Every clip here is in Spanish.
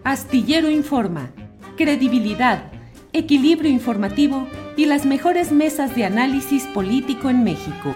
Astillero Informa, credibilidad, equilibrio informativo y las mejores mesas de análisis político en México.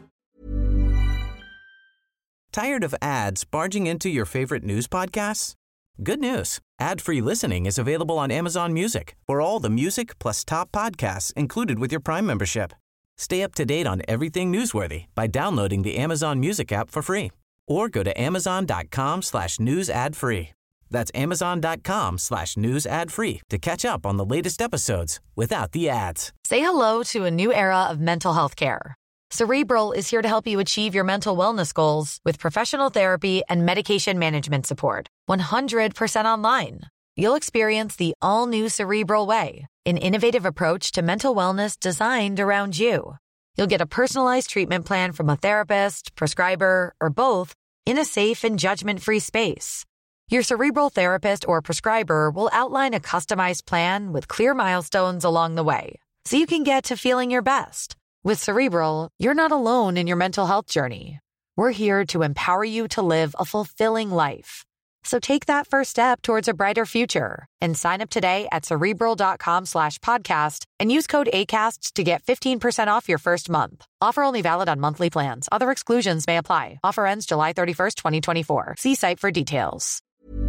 Tired of ads barging into your favorite news podcasts? Good news. Ad-free listening is available on Amazon Music for all the music plus top podcasts included with your Prime membership. Stay up to date on everything newsworthy by downloading the Amazon Music app for free or go to amazon.com/news ad free. That's amazon.com/news ad free to catch up on the latest episodes without the ads. Say hello to a new era of mental health care. Cerebral is here to help you achieve your mental wellness goals with professional therapy and medication management support. 100% online. You'll experience the all-new Cerebral Way, an innovative approach to mental wellness designed around you. You'll get a personalized treatment plan from a therapist, prescriber, or both in a safe and judgment-free space. Your Cerebral therapist or prescriber will outline a customized plan with clear milestones along the way, so you can get to feeling your best. With Cerebral, you're not alone in your mental health journey. We're here to empower you to live a fulfilling life. So take that first step towards a brighter future and sign up today at Cerebral.com/podcast and use code ACAST to get 15% off your first month. Offer only valid on monthly plans. Other exclusions may apply. Offer ends July 31st, 2024. See site for details.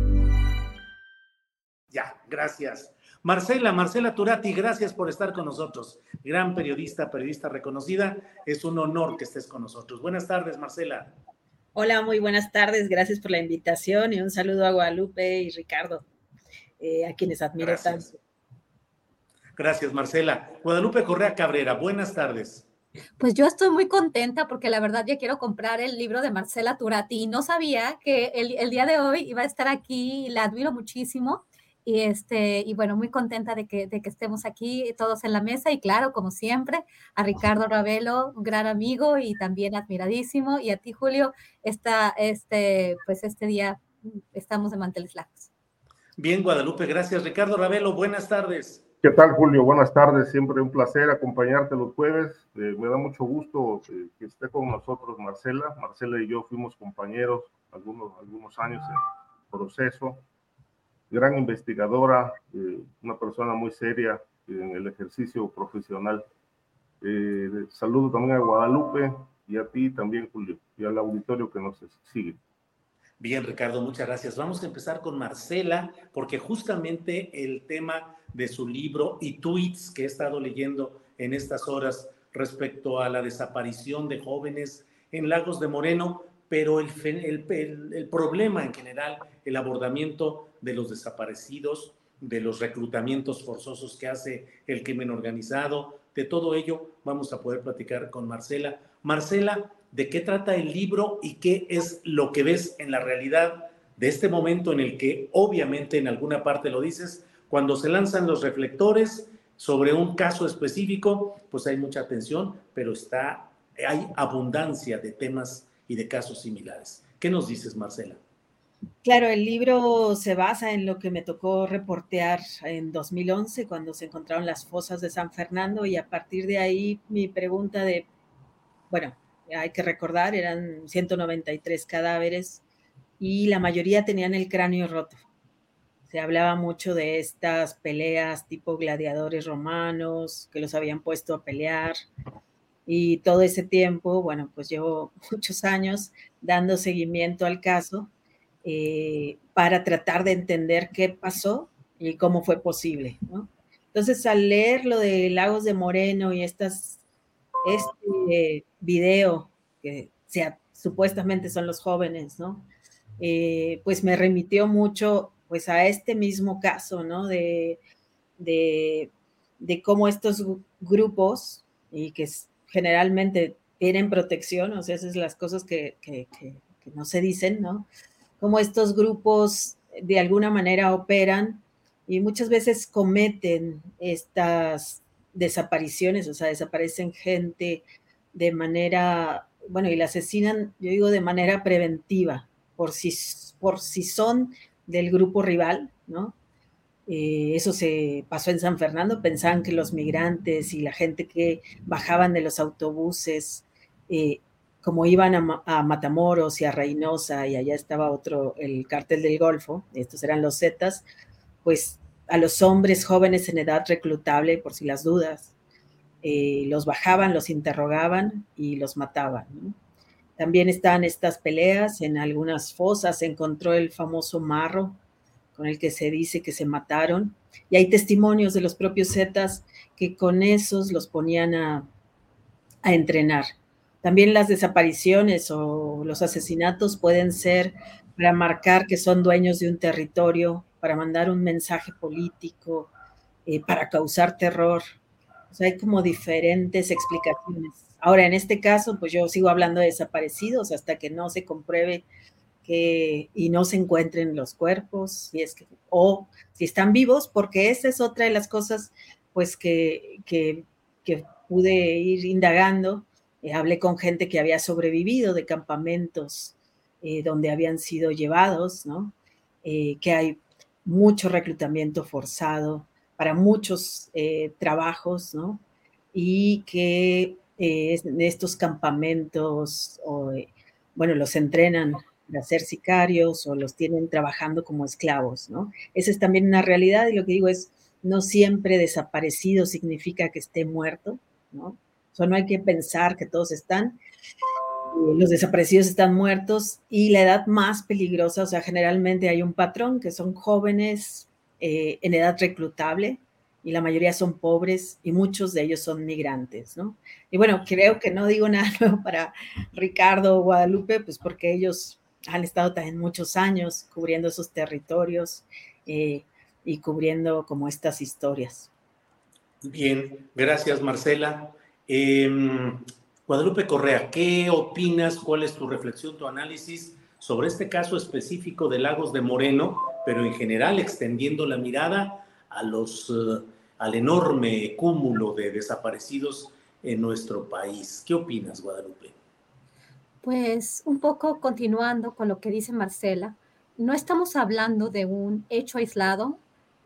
Ya, gracias. Marcela Turati, gracias por estar con nosotros. Gran periodista reconocida. Es un honor que estés con nosotros. Buenas tardes, Marcela. Hola, muy buenas tardes. Gracias por la invitación y un saludo a Guadalupe y Ricardo, a quienes admiro tanto. Gracias, Marcela. Guadalupe Correa Cabrera, buenas tardes. Pues yo estoy muy contenta porque la verdad ya quiero comprar el libro de Marcela Turati y no sabía que el día de hoy iba a estar aquí y la admiro muchísimo. Y bueno, muy contenta de que estemos aquí todos en la mesa y claro, como siempre, a Ricardo Ravelo, un gran amigo y también admiradísimo, y a ti, Julio, pues este día estamos de manteles largos. Bien, Guadalupe, gracias. Ricardo Ravelo, buenas tardes. ¿Qué tal, Julio? Buenas tardes, siempre un placer acompañarte los jueves. Me da mucho gusto que esté con nosotros Marcela. Marcela y yo fuimos compañeros algunos años en proceso. Gran investigadora, una persona muy seria en el ejercicio profesional. Saludo también a Guadalupe y a ti también, Julio, y al auditorio que nos sigue. Bien, Ricardo, muchas gracias. Vamos a empezar con Marcela, porque justamente el tema de su libro y tweets que he estado leyendo en estas horas respecto a la desaparición de jóvenes en Lagos de Moreno, pero el problema en general, el abordamiento de los desaparecidos, de los reclutamientos forzosos que hace el crimen organizado, de todo ello vamos a poder platicar con Marcela. Marcela, ¿de qué trata el libro y qué es lo que ves en la realidad de este momento en el que obviamente en alguna parte lo dices, cuando se lanzan los reflectores sobre un caso específico, pues hay mucha atención, pero hay abundancia de temas y de casos similares? ¿Qué nos dices, Marcela? Claro, el libro se basa en lo que me tocó reportear en 2011, cuando se encontraron las fosas de San Fernando, y a partir de ahí mi pregunta hay que recordar, eran 193 cadáveres y la mayoría tenían el cráneo roto. Se hablaba mucho de estas peleas tipo gladiadores romanos, que los habían puesto a pelear. Y todo ese tiempo, pues llevo muchos años dando seguimiento al caso para tratar de entender qué pasó y cómo fue posible, ¿no? Entonces, al leer lo de Lagos de Moreno y este video que supuestamente son los jóvenes, ¿no? Pues me remitió mucho pues a este mismo caso, ¿no? De cómo estos grupos, y que generalmente tienen protección, o sea, esas son las cosas que no se dicen, ¿no? Cómo estos grupos de alguna manera operan y muchas veces cometen estas desapariciones, o sea, desaparecen gente de manera, y la asesinan, yo digo, de manera preventiva, por si son del grupo rival, ¿no? Eso se pasó en San Fernando, pensaban que los migrantes y la gente que bajaban de los autobuses como iban a Matamoros y a Reynosa, y allá estaba el Cártel del Golfo, estos eran los Zetas, pues a los hombres jóvenes en edad reclutable, por si las dudas, los bajaban, los interrogaban y los mataban, ¿no? También están estas peleas, en algunas fosas se encontró el famoso marro con el que se dice que se mataron, y hay testimonios de los propios Zetas que con esos los ponían a entrenar. También las desapariciones o los asesinatos pueden ser para marcar que son dueños de un territorio, para mandar un mensaje político, para causar terror. O sea, hay como diferentes explicaciones. Ahora, en este caso, pues yo sigo hablando de desaparecidos hasta que no se compruebe y no se encuentren los cuerpos, o si están vivos, porque esa es otra de las cosas pues que pude ir indagando. Hablé con gente que había sobrevivido de campamentos donde habían sido llevados, ¿no? Que hay mucho reclutamiento forzado para muchos trabajos, ¿no? Y que en estos campamentos, bueno, los entrenan para ser sicarios o los tienen trabajando como esclavos, ¿no? Esa es también una realidad, y lo que digo es, no siempre desaparecido significa que esté muerto, ¿no? O sea, no hay que pensar que todos están. Los desaparecidos están muertos, y la edad más peligrosa, o sea, generalmente hay un patrón que son jóvenes en edad reclutable, y la mayoría son pobres, y muchos de ellos son migrantes, ¿no? Y bueno, creo que no digo nada nuevo para Ricardo o Guadalupe, pues porque ellos han estado también muchos años cubriendo esos territorios y cubriendo como estas historias. Bien, gracias, Marcela. Guadalupe Correa, ¿qué opinas? ¿Cuál es tu reflexión, tu análisis sobre este caso específico de Lagos de Moreno, pero en general extendiendo la mirada al enorme cúmulo de desaparecidos en nuestro país? ¿Qué opinas, Guadalupe? Pues un poco continuando con lo que dice Marcela, no estamos hablando de un hecho aislado,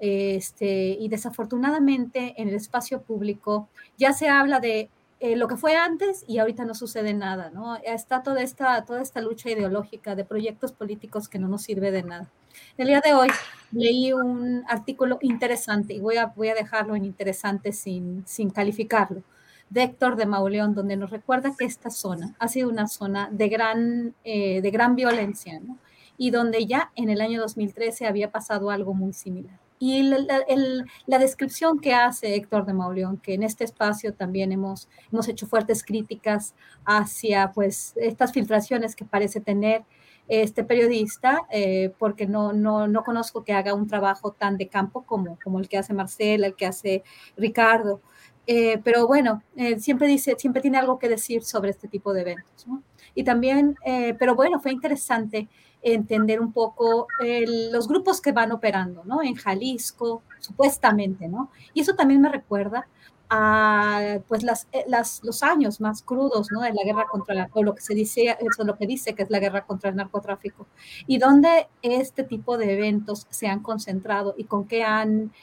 y desafortunadamente en el espacio público ya se habla de lo que fue antes y ahorita no sucede nada, ¿no? Está toda esta lucha ideológica de proyectos políticos que no nos sirve de nada. El día de hoy leí un artículo interesante, y voy a dejarlo en interesante sin calificarlo, de Héctor de Mauleón, donde nos recuerda que esta zona ha sido una zona de gran violencia, ¿no? Y donde ya en el año 2013 había pasado algo muy similar. Y la descripción que hace Héctor de Mauleón, que en este espacio también hemos hecho fuertes críticas hacia pues estas filtraciones que parece tener este periodista, porque no conozco que haga un trabajo tan de campo como el que hace Marcela, el que hace Ricardo. Pero bueno, siempre tiene algo que decir sobre este tipo de eventos, ¿no? Y también, pero bueno, fue interesante entender un poco los grupos que van operando, ¿no? En Jalisco, supuestamente, ¿no? Y eso también me recuerda a pues los años más crudos, ¿no? De la guerra o lo que se dice, eso lo que dice que es la guerra contra el narcotráfico, y donde este tipo de eventos se han concentrado y con qué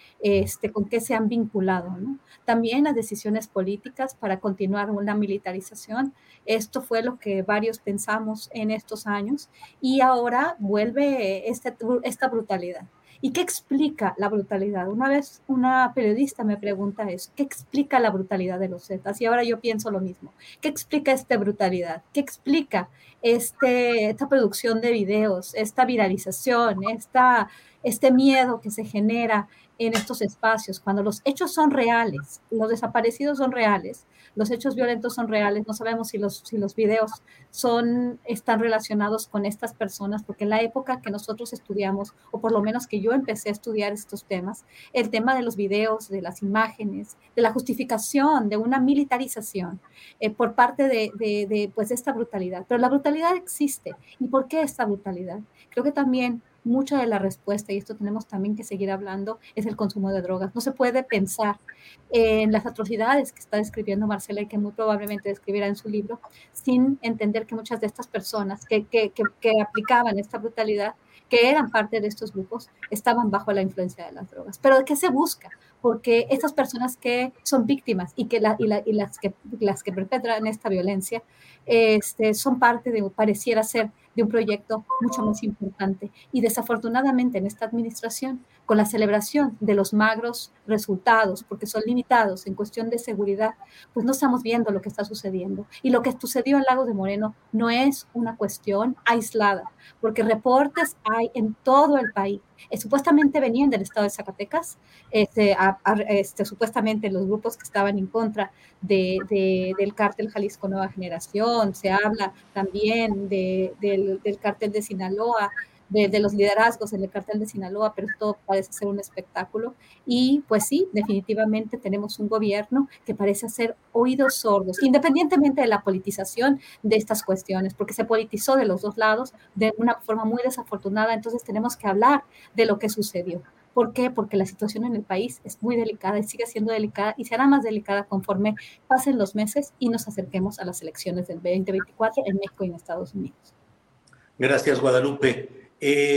se han vinculado, ¿no? También las decisiones políticas para continuar una militarización. Esto fue lo que varios pensamos en estos años, y ahora vuelve esta brutalidad. ¿Y qué explica la brutalidad? Una vez una periodista me pregunta eso, ¿qué explica la brutalidad de los Zetas? Y ahora yo pienso lo mismo. ¿Qué explica esta brutalidad? ¿Qué explica esta producción de videos, esta viralización, este miedo que se genera en estos espacios, cuando los hechos son reales, los desaparecidos son reales, los hechos violentos son reales? No sabemos si los videos están relacionados con estas personas, porque en la época que nosotros estudiamos, o por lo menos que yo empecé a estudiar estos temas, el tema de los videos, de las imágenes, de la justificación de una militarización por parte de pues esta brutalidad. Pero la brutalidad existe. ¿Y por qué esta brutalidad? Creo que también mucha de la respuesta, y esto tenemos también que seguir hablando, es el consumo de drogas. No se puede pensar en las atrocidades que está describiendo Marcela y que muy probablemente describirá en su libro, sin entender que muchas de estas personas que aplicaban esta brutalidad que eran parte de estos grupos estaban bajo la influencia de las drogas. Pero ¿qué se busca? Porque estas personas que son víctimas y las que perpetran esta violencia son parte de, pareciera ser, de un proyecto mucho más importante. Y desafortunadamente en esta administración, con la celebración de los magros resultados, porque son limitados en cuestión de seguridad, pues no estamos viendo lo que está sucediendo. Y lo que sucedió en Lagos de Moreno no es una cuestión aislada, porque reportes hay en todo el país. Supuestamente venían del estado de Zacatecas, supuestamente los grupos que estaban en contra del cártel Jalisco Nueva Generación, se habla también del cártel de Sinaloa, de los liderazgos en el cártel de Sinaloa, pero todo parece ser un espectáculo. Y pues sí, definitivamente tenemos un gobierno que parece hacer oídos sordos, independientemente de la politización de estas cuestiones, porque se politizó de los dos lados de una forma muy desafortunada. Entonces tenemos que hablar de lo que sucedió. ¿Por qué? Porque la situación en el país es muy delicada y sigue siendo delicada y será más delicada conforme pasen los meses y nos acerquemos a las elecciones del 2024 en México y en Estados Unidos. Gracias, Guadalupe.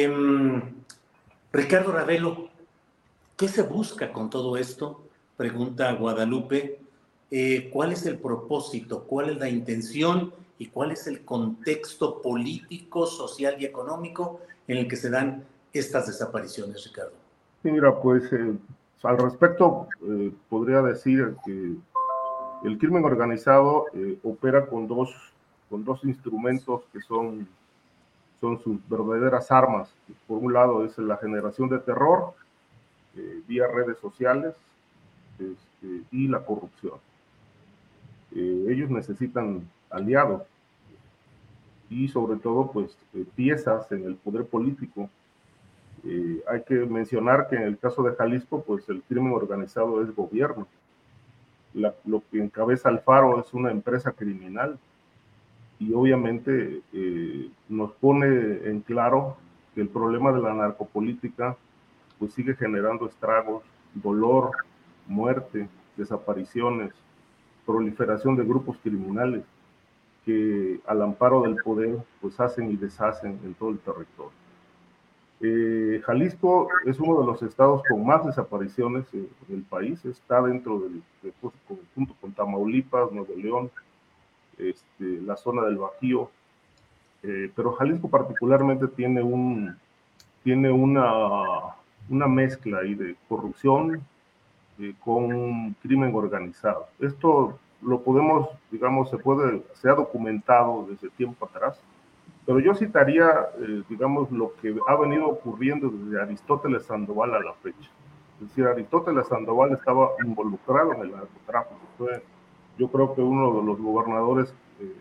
Ricardo Ravelo, ¿qué se busca con todo esto? Pregunta Guadalupe. ¿Cuál es el propósito? ¿Cuál es la intención? ¿Y cuál es el contexto político, social y económico en el que se dan estas desapariciones, Ricardo? Sí, mira, pues al respecto podría decir que el crimen organizado opera con dos instrumentos que son sus verdaderas armas. Por un lado es la generación de terror vía redes sociales y la corrupción. Ellos necesitan aliados y sobre todo pues piezas en el poder político. Hay que mencionar que en el caso de Jalisco pues el crimen organizado es gobierno. Lo que encabeza Alfaro es una empresa criminal y obviamente nos pone en claro que el problema de la narcopolítica pues sigue generando estragos, dolor, muerte, desapariciones, proliferación de grupos criminales que al amparo del poder pues hacen y deshacen en todo el territorio. Jalisco es uno de los estados con más desapariciones en el país, está dentro junto con Tamaulipas, Nuevo León, la zona del Bajío, pero Jalisco particularmente tiene una mezcla ahí de corrupción con crimen organizado. Esto lo podemos, digamos, se ha documentado desde tiempo atrás, pero yo citaría, digamos, lo que ha venido ocurriendo desde Aristóteles Sandoval a la fecha. Es decir, Aristóteles Sandoval estaba involucrado en el narcotráfico. Yo creo que uno de los gobernadores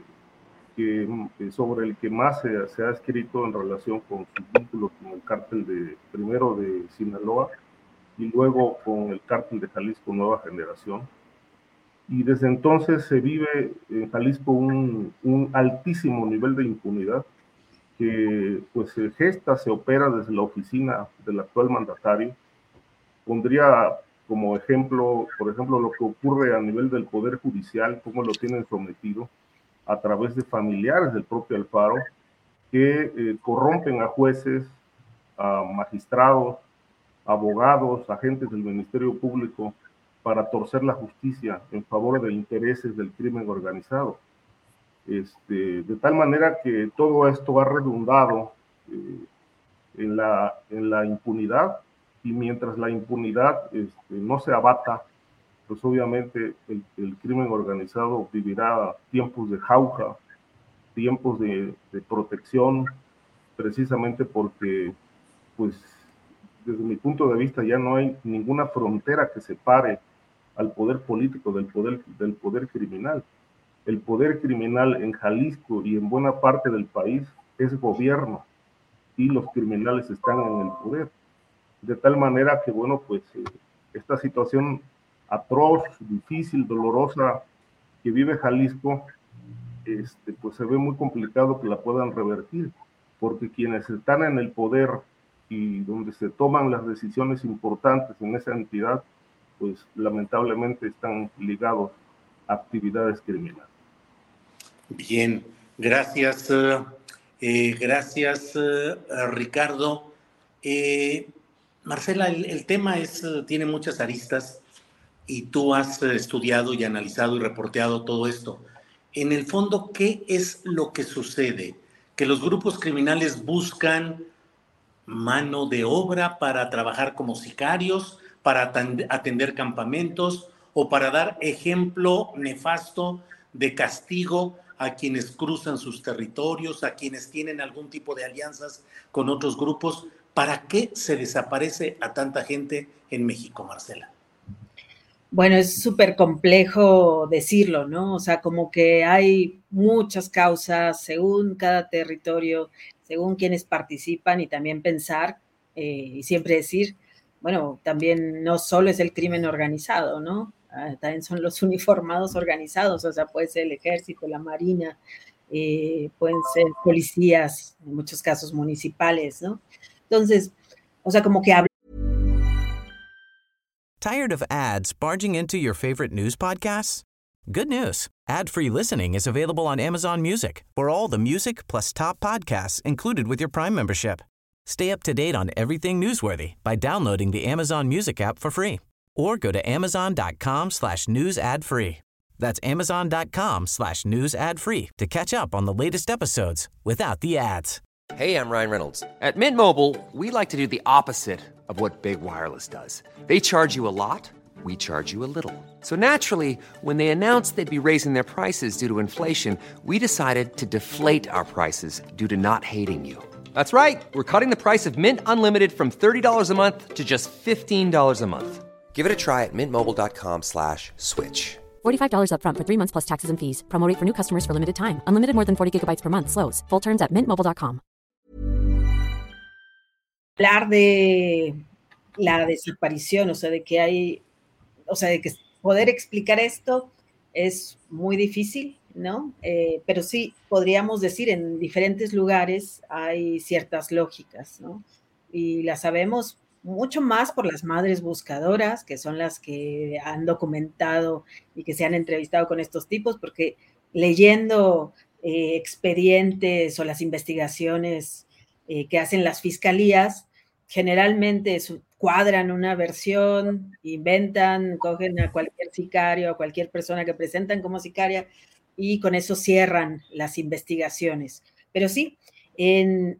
sobre el que más se ha escrito en relación con sus vínculos con el cártel primero de Sinaloa y luego con el cártel de Jalisco Nueva Generación. Y desde entonces se vive en Jalisco un altísimo nivel de impunidad que pues se gesta, se opera desde la oficina del actual mandatario. Pondría como ejemplo, por ejemplo, lo que ocurre a nivel del Poder Judicial, cómo lo tienen sometido a través de familiares del propio Alfaro, que corrompen a jueces, a magistrados, abogados, agentes del Ministerio Público, para torcer la justicia en favor de intereses del crimen organizado. De tal manera que todo esto ha redundado en la impunidad, y mientras la impunidad no se abata, pues obviamente el crimen organizado vivirá tiempos de jauja, tiempos de protección, precisamente porque, pues, desde mi punto de vista ya no hay ninguna frontera que separe al poder político del poder criminal. El poder criminal en Jalisco y en buena parte del país es gobierno y los criminales están en el poder. De tal manera que, bueno, pues esta situación atroz, difícil, dolorosa que vive Jalisco, pues se ve muy complicado que la puedan revertir, porque quienes están en el poder y donde se toman las decisiones importantes en esa entidad, pues lamentablemente están ligados a actividades criminales. Bien, gracias. Gracias, Ricardo. Marcela, el tema tiene muchas aristas y tú has estudiado y analizado y reporteado todo esto. En el fondo, ¿qué es lo que sucede? Que los grupos criminales buscan mano de obra para trabajar como sicarios, para atender campamentos o para dar ejemplo nefasto de castigo a quienes cruzan sus territorios, a quienes tienen algún tipo de alianzas con otros grupos. ¿Para qué se desaparece a tanta gente en México, Marcela? Bueno, es súper complejo decirlo, ¿no? O sea, como que hay muchas causas según cada territorio, según quienes participan y también pensar y siempre decir, bueno, también no solo es el crimen organizado, ¿no? También son los uniformados organizados, o sea, puede ser el ejército, la marina, pueden ser policías, en muchos casos municipales, ¿no? Entonces, o sea, como que Tired of ads barging into your favorite news podcasts? Good news. Ad-free listening is available on Amazon Music for all the music plus top podcasts included with your Prime membership. Stay up to date on everything newsworthy by downloading the Amazon Music app for free or go to amazon.com/news ad free. That's amazon.com/news ad free to catch up on the latest episodes without the ads. Hey, I'm Ryan Reynolds. At Mint Mobile, we like to do the opposite of what Big Wireless does. They charge you a lot, we charge you a little. So naturally, when they announced they'd be raising their prices due to inflation, we decided to deflate our prices due to not hating you. That's right. We're cutting the price of Mint Unlimited from $30 a month to just $15 a month. Give it a try at mintmobile.com/switch. $45 up front for 3 months plus taxes and fees. Promo rate for new customers for limited time. Unlimited more than 40 gigabytes per month. Slows full terms at mintmobile.com. Hablar de la desaparición, o sea, de que hay, o sea, de que poder explicar esto es muy difícil, ¿no? Pero sí podríamos decir en diferentes lugares hay ciertas lógicas, ¿no? Y las sabemos mucho más por las madres buscadoras, que son las que han documentado y que se han entrevistado con estos tipos, porque leyendo expedientes o las investigaciones que hacen las fiscalías, generalmente cuadran una versión, inventan, cogen a cualquier sicario, a cualquier persona que presentan como sicaria y con eso cierran las investigaciones. Pero sí, en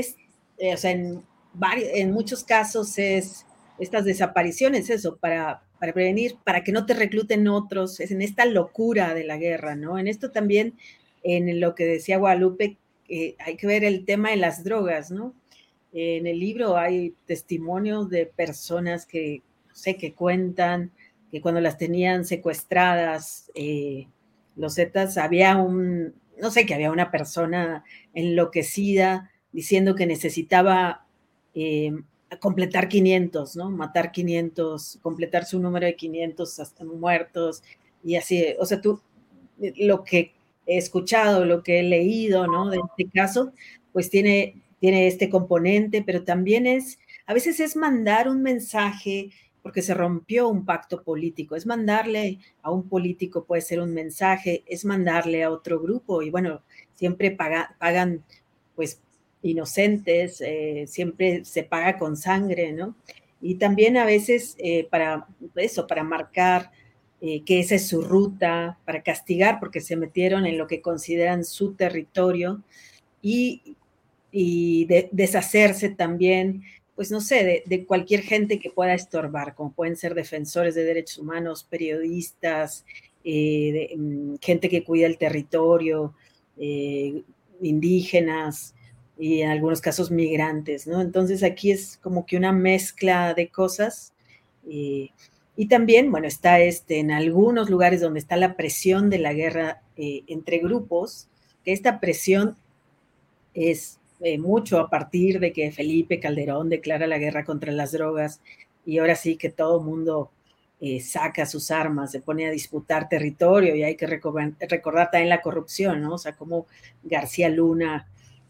muchos casos es estas desapariciones, eso, para prevenir, para que no te recluten otros, es en esta locura de la guerra, ¿no? En esto también, en lo que decía Guadalupe, hay que ver el tema de las drogas, ¿no? En el libro hay testimonios de personas que, no sé, que cuentan que cuando las tenían secuestradas, los Zetas, había una persona enloquecida diciendo que necesitaba completar 500, ¿no? Matar 500, completar su número de 500 hasta muertos y así. O sea, lo que he escuchado, lo que he leído, ¿no? De este caso, pues tiene este componente, pero también a veces es mandar un mensaje porque se rompió un pacto político, es mandarle a un político, puede ser un mensaje, es mandarle a otro grupo y bueno, siempre pagan pues inocentes, siempre se paga con sangre, ¿no? Y también a veces para marcar que esa es su ruta, para castigar porque se metieron en lo que consideran su territorio y deshacerse también, pues no sé, de cualquier gente que pueda estorbar, como pueden ser defensores de derechos humanos, periodistas, gente que cuida el territorio, indígenas y en algunos casos migrantes, ¿no? Entonces aquí es como que una mezcla de cosas y también, bueno, está en algunos lugares donde está la presión de la guerra entre grupos, que esta presión es mucho a partir de que Felipe Calderón declara la guerra contra las drogas y ahora sí que todo el mundo saca sus armas, se pone a disputar territorio y hay que recordar también la corrupción, ¿no? O sea, como García Luna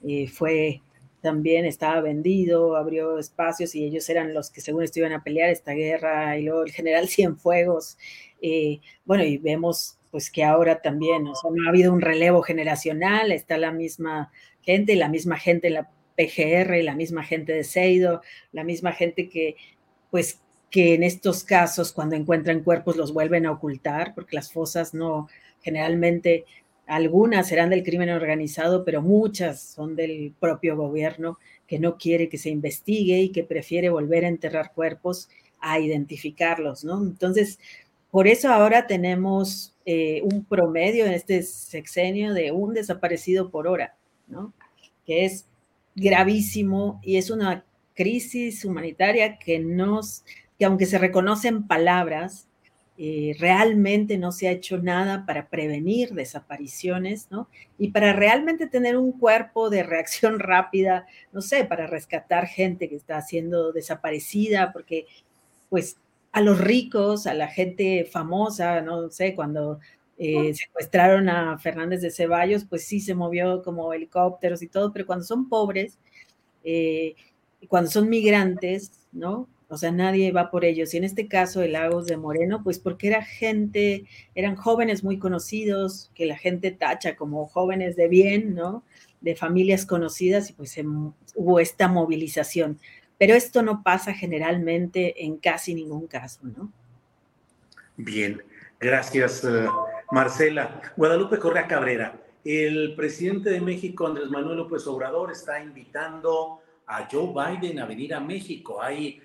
estaba vendido, abrió espacios y ellos eran los que según esto iban a pelear esta guerra y luego el general Cienfuegos, bueno, y vemos pues que ahora también, o sea, no ha habido un relevo generacional, está la misma gente en la PGR, la misma gente de Seido, la misma gente que, pues, que en estos casos, cuando encuentran cuerpos, los vuelven a ocultar, porque las fosas no, generalmente, algunas serán del crimen organizado, pero muchas son del propio gobierno que no quiere que se investigue y que prefiere volver a enterrar cuerpos a identificarlos, ¿no? Entonces, por eso ahora tenemos un promedio en este sexenio de un desaparecido por hora, ¿no? Que es gravísimo y es una crisis humanitaria que aunque se reconocen palabras, realmente no se ha hecho nada para prevenir desapariciones, ¿no? Y para realmente tener un cuerpo de reacción rápida, no sé, para rescatar gente que está siendo desaparecida, porque pues a los ricos, a la gente famosa, no sé, cuando secuestraron a Fernández de Ceballos, pues sí se movió como helicópteros y todo, pero cuando son pobres, cuando son migrantes, ¿no? O sea, nadie va por ellos. Y en este caso, el Lagos de Moreno, pues porque eran jóvenes muy conocidos, que la gente tacha como jóvenes de bien, ¿no? De familias conocidas, y pues hubo esta movilización. Pero esto no pasa generalmente en casi ningún caso, ¿no? Bien, gracias, Marcela. Guadalupe Correa Cabrera, el presidente de México, Andrés Manuel López Obrador, está invitando a Joe Biden a venir a México. Hay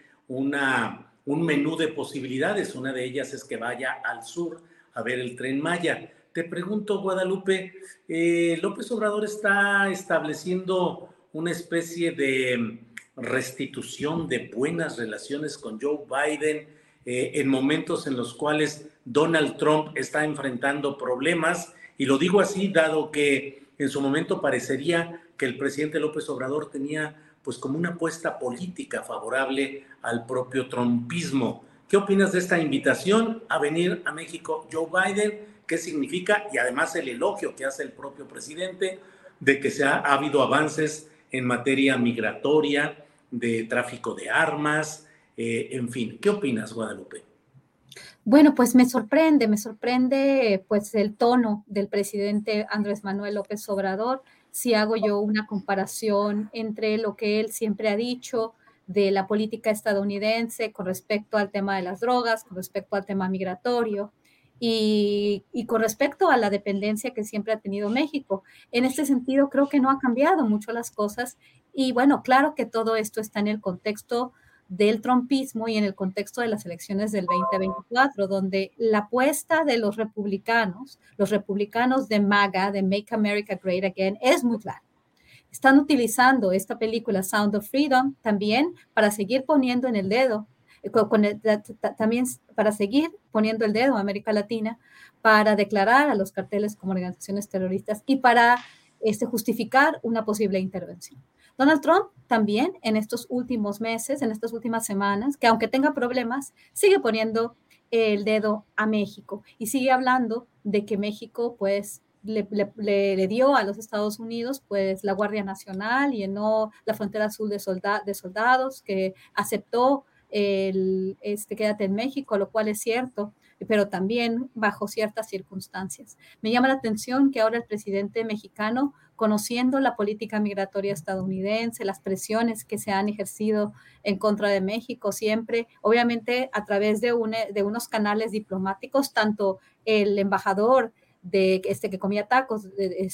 un menú de posibilidades. Una de ellas es que vaya al sur a ver el Tren Maya. Te pregunto, Guadalupe, López Obrador está estableciendo una especie de restitución de buenas relaciones con Joe Biden en momentos en los cuales Donald Trump está enfrentando problemas, y lo digo así dado que en su momento parecería que el presidente López Obrador tenía pues como una apuesta política favorable al propio trumpismo. ¿Qué opinas de esta invitación a venir a México Joe Biden? ¿Qué significa? Y además el elogio que hace el propio presidente de que ha habido avances en materia migratoria, de tráfico de armas, en fin. ¿Qué opinas, Guadalupe? Bueno, pues me sorprende pues el tono del presidente Andrés Manuel López Obrador. Si hago yo una comparación entre lo que él siempre ha dicho de la política estadounidense con respecto al tema de las drogas, con respecto al tema migratorio y con respecto a la dependencia que siempre ha tenido México. En este sentido, creo que no ha cambiado mucho las cosas y bueno, claro que todo esto está en el contexto del trumpismo y en el contexto de las elecciones del 2024, donde la apuesta de los republicanos de MAGA, de Make America Great Again, es muy clara. Están utilizando esta película Sound of Freedom también para seguir poniendo en el dedo, también para seguir poniendo el dedo a América Latina, para declarar a los carteles como organizaciones terroristas y para justificar una posible intervención. Donald Trump también en estos últimos meses, en estas últimas semanas, que aunque tenga problemas, sigue poniendo el dedo a México y sigue hablando de que México pues le dio a los Estados Unidos pues la Guardia Nacional, llenó la frontera azul de soldados, que aceptó quédate en México, lo cual es cierto, pero también bajo ciertas circunstancias. Me llama la atención que ahora el presidente mexicano, conociendo la política migratoria estadounidense, las presiones que se han ejercido en contra de México siempre, obviamente a través de unos canales diplomáticos, tanto el embajador que comía tacos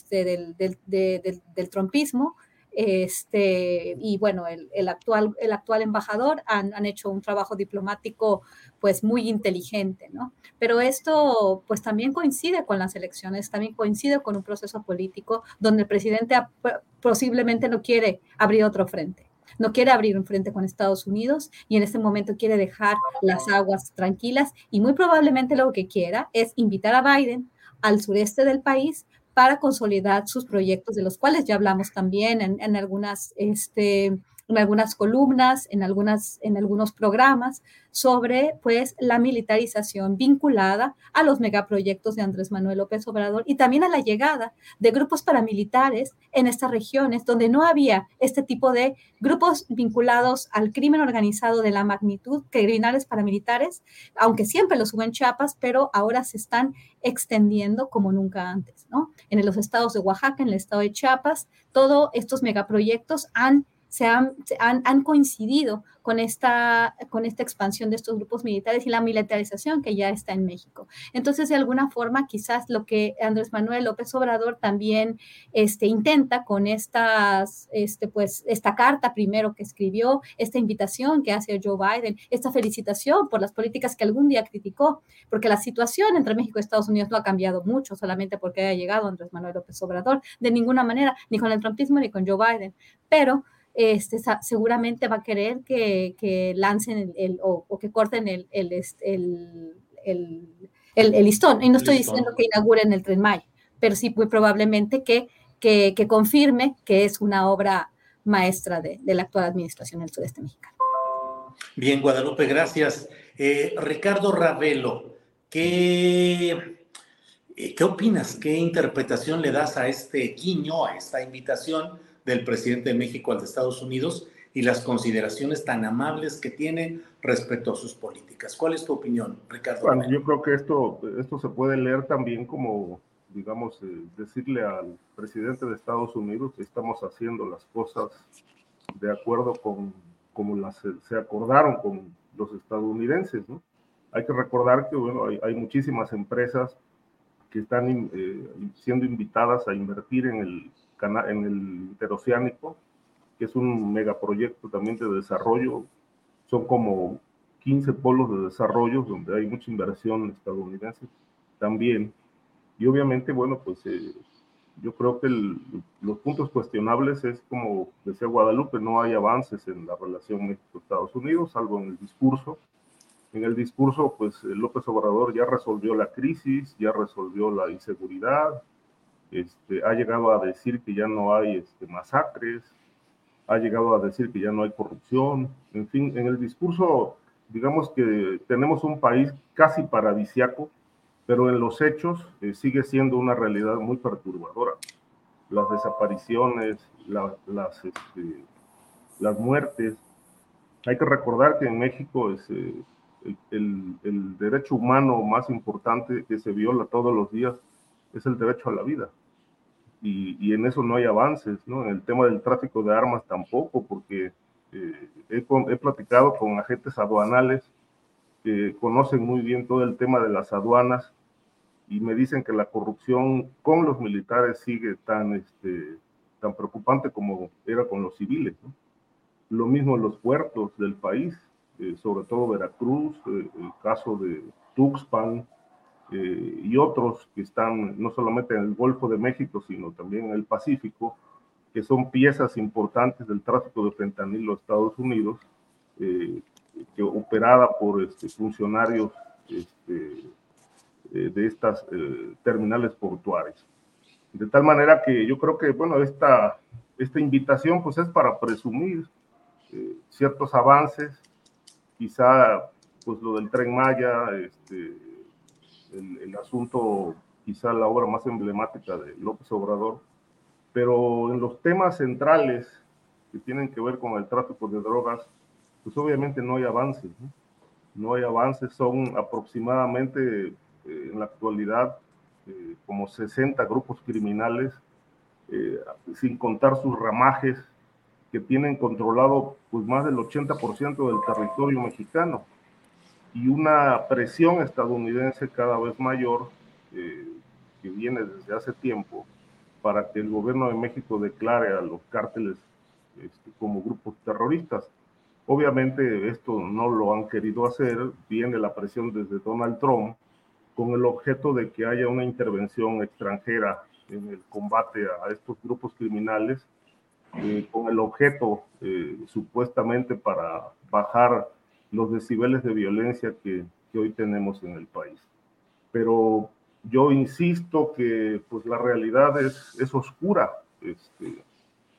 del trumpismo, y bueno, el actual embajador han hecho un trabajo diplomático pues muy inteligente, ¿no? Pero esto pues también coincide con las elecciones, también coincide con un proceso político donde el presidente posiblemente no quiere abrir otro frente. No quiere abrir un frente con Estados Unidos y en este momento quiere dejar las aguas tranquilas y muy probablemente lo que quiera es invitar a Biden al sureste del país para consolidar sus proyectos, de los cuales ya hablamos también en algunas en algunas columnas, en algunos programas sobre pues la militarización vinculada a los megaproyectos de Andrés Manuel López Obrador y también a la llegada de grupos paramilitares en estas regiones donde no había este tipo de grupos vinculados al crimen organizado de la magnitud, criminales paramilitares, aunque siempre los hubo en Chiapas, pero ahora se están extendiendo como nunca antes, ¿no? En los estados de Oaxaca, en el estado de Chiapas, todos estos megaproyectos han coincidido con esta expansión de estos grupos militares y la militarización que ya está en México. Entonces, de alguna forma, quizás lo que Andrés Manuel López Obrador también intenta con esta carta primero que escribió, esta invitación que hace a Joe Biden, esta felicitación por las políticas que algún día criticó, porque la situación entre México y Estados Unidos no ha cambiado mucho solamente porque haya llegado Andrés Manuel López Obrador, de ninguna manera, ni con el trumpismo ni con Joe Biden, pero seguramente va a querer que lancen o que corten el listón. Y no estoy diciendo que inauguren el Tren Maya, pero sí muy probablemente que confirme que es una obra maestra de la actual administración del sureste mexicano. Bien, Guadalupe, gracias. Ricardo Ravelo, ¿qué opinas? ¿Qué interpretación le das a este guiño, a esta invitación del presidente de México al de Estados Unidos y las consideraciones tan amables que tiene respecto a sus políticas? ¿Cuál es tu opinión, Ricardo? Bueno, yo creo que esto se puede leer también como, digamos, decirle al presidente de Estados Unidos que estamos haciendo las cosas de acuerdo con como se acordaron con los estadounidenses, ¿no? Hay que recordar que, bueno, hay muchísimas empresas que están siendo invitadas a invertir en el interoceánico, que es un megaproyecto también de desarrollo. Son como 15 polos de desarrollo donde hay mucha inversión estadounidense también. Y obviamente, bueno, pues yo creo que los puntos cuestionables es, como decía Guadalupe, no hay avances en la relación México-Estados Unidos, salvo en el discurso. En el discurso, pues López Obrador ya resolvió la crisis, ya resolvió la inseguridad, ha llegado a decir que ya no hay masacres, ha llegado a decir que ya no hay corrupción. En fin, en el discurso, digamos que tenemos un país casi paradisiaco, pero en los hechos sigue siendo una realidad muy perturbadora. Las desapariciones, las muertes. Hay que recordar que en México es el derecho humano más importante que se viola todos los días es el derecho a la vida. Y en eso no hay avances, ¿no? En el tema del tráfico de armas tampoco, porque he platicado con agentes aduanales que conocen muy bien todo el tema de las aduanas y me dicen que la corrupción con los militares sigue tan preocupante como era con los civiles, ¿no? Lo mismo en los puertos del país, sobre todo Veracruz, el caso de Tuxpan, y otros que están no solamente en el Golfo de México, sino también en el Pacífico, que son piezas importantes del tráfico de fentanilo a Estados Unidos, que operada por funcionarios de estas terminales portuarias. De tal manera que yo creo que, bueno, esta invitación pues es para presumir ciertos avances, quizá pues lo del Tren Maya, el asunto, quizá la obra más emblemática de López Obrador, pero en los temas centrales que tienen que ver con el tráfico de drogas, pues obviamente no hay avances, ¿no? No hay avances, son aproximadamente en la actualidad como 60 grupos criminales, sin contar sus ramajes, que tienen controlado pues más del 80% del territorio mexicano, y una presión estadounidense cada vez mayor que viene desde hace tiempo para que el gobierno de México declare a los cárteles como grupos terroristas. Obviamente esto no lo han querido hacer, viene la presión desde Donald Trump con el objeto de que haya una intervención extranjera en el combate a estos grupos criminales, con el objeto supuestamente para bajar los decibeles de violencia que hoy tenemos en el país. Pero yo insisto que pues la realidad es oscura.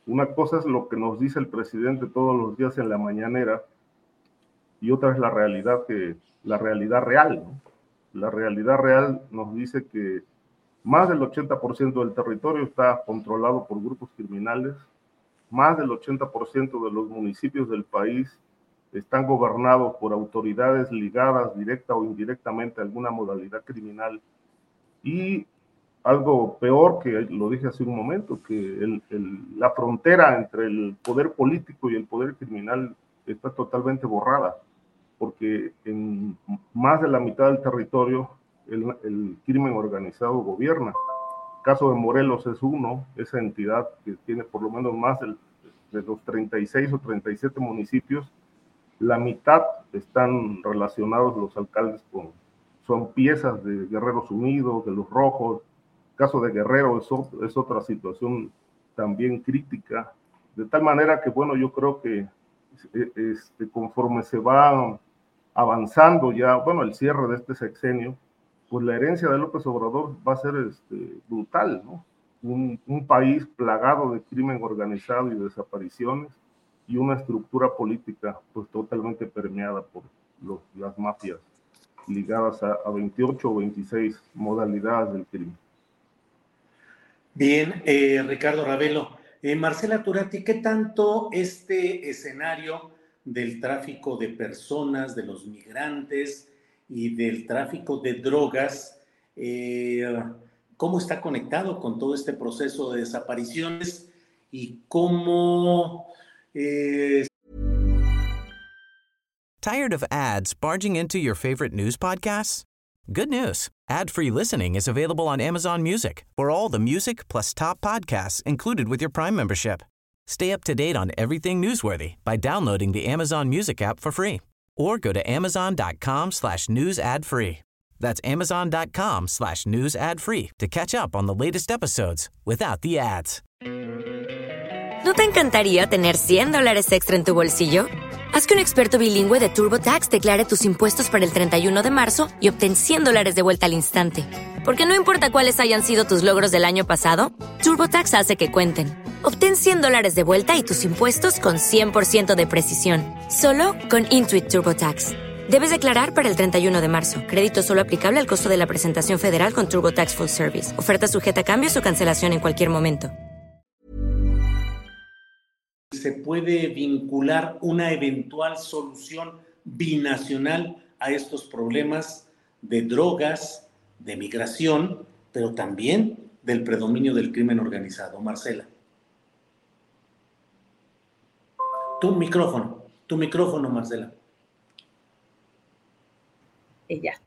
Una cosa es lo que nos dice el presidente todos los días en la mañanera y otra es la realidad real, ¿no? La realidad real nos dice que más del 80% del territorio está controlado por grupos criminales, más del 80% de los municipios del país están gobernados por autoridades ligadas directa o indirectamente a alguna modalidad criminal. Y algo peor, que lo dije hace un momento, que la frontera entre el poder político y el poder criminal está totalmente borrada, porque en más de la mitad del territorio el crimen organizado gobierna. El caso de Morelos es esa entidad que tiene por lo menos más de los 36 o 37 municipios, la mitad están relacionados los alcaldes son piezas de Guerreros Unidos, de los Rojos. El caso de Guerrero es otra situación también crítica, de tal manera que, bueno, yo creo que conforme se va avanzando ya, bueno, el cierre de este sexenio, pues la herencia de López Obrador va a ser brutal, ¿no? Un país plagado de crimen organizado y desapariciones, y una estructura política pues totalmente permeada por las mafias ligadas a 28 o 26 modalidades del crimen. Bien, Ricardo Ravelo. Marcela Turati, ¿qué tanto este escenario del tráfico de personas, de los migrantes y del tráfico de drogas, cómo está conectado con todo este proceso de desapariciones y cómo... Tired of ads barging into your favorite news podcasts? Good news. Ad-free listening is available on Amazon Music for all the music plus top podcasts included with your Prime membership. Stay up to date on everything newsworthy by downloading the Amazon Music app for free or go to amazon.com/news ad free. That's amazon.com/news ad free to catch up on the latest episodes without the ads. ¿No te encantaría tener $100 extra en tu bolsillo? Haz que un experto bilingüe de TurboTax declare tus impuestos para el 31 de marzo y obtén $100 de vuelta al instante. Porque no importa cuáles hayan sido tus logros del año pasado, TurboTax hace que cuenten. Obtén $100 de vuelta y tus impuestos con 100% de precisión. Solo con Intuit TurboTax. Debes declarar para el 31 de marzo. Crédito solo aplicable al costo de la presentación federal con TurboTax Full Service. Oferta sujeta a cambios o cancelación en cualquier momento. ¿Se puede vincular una eventual solución binacional a estos problemas de drogas, de migración, pero también del predominio del crimen organizado? Marcela. Tu micrófono, Marcela. Ya.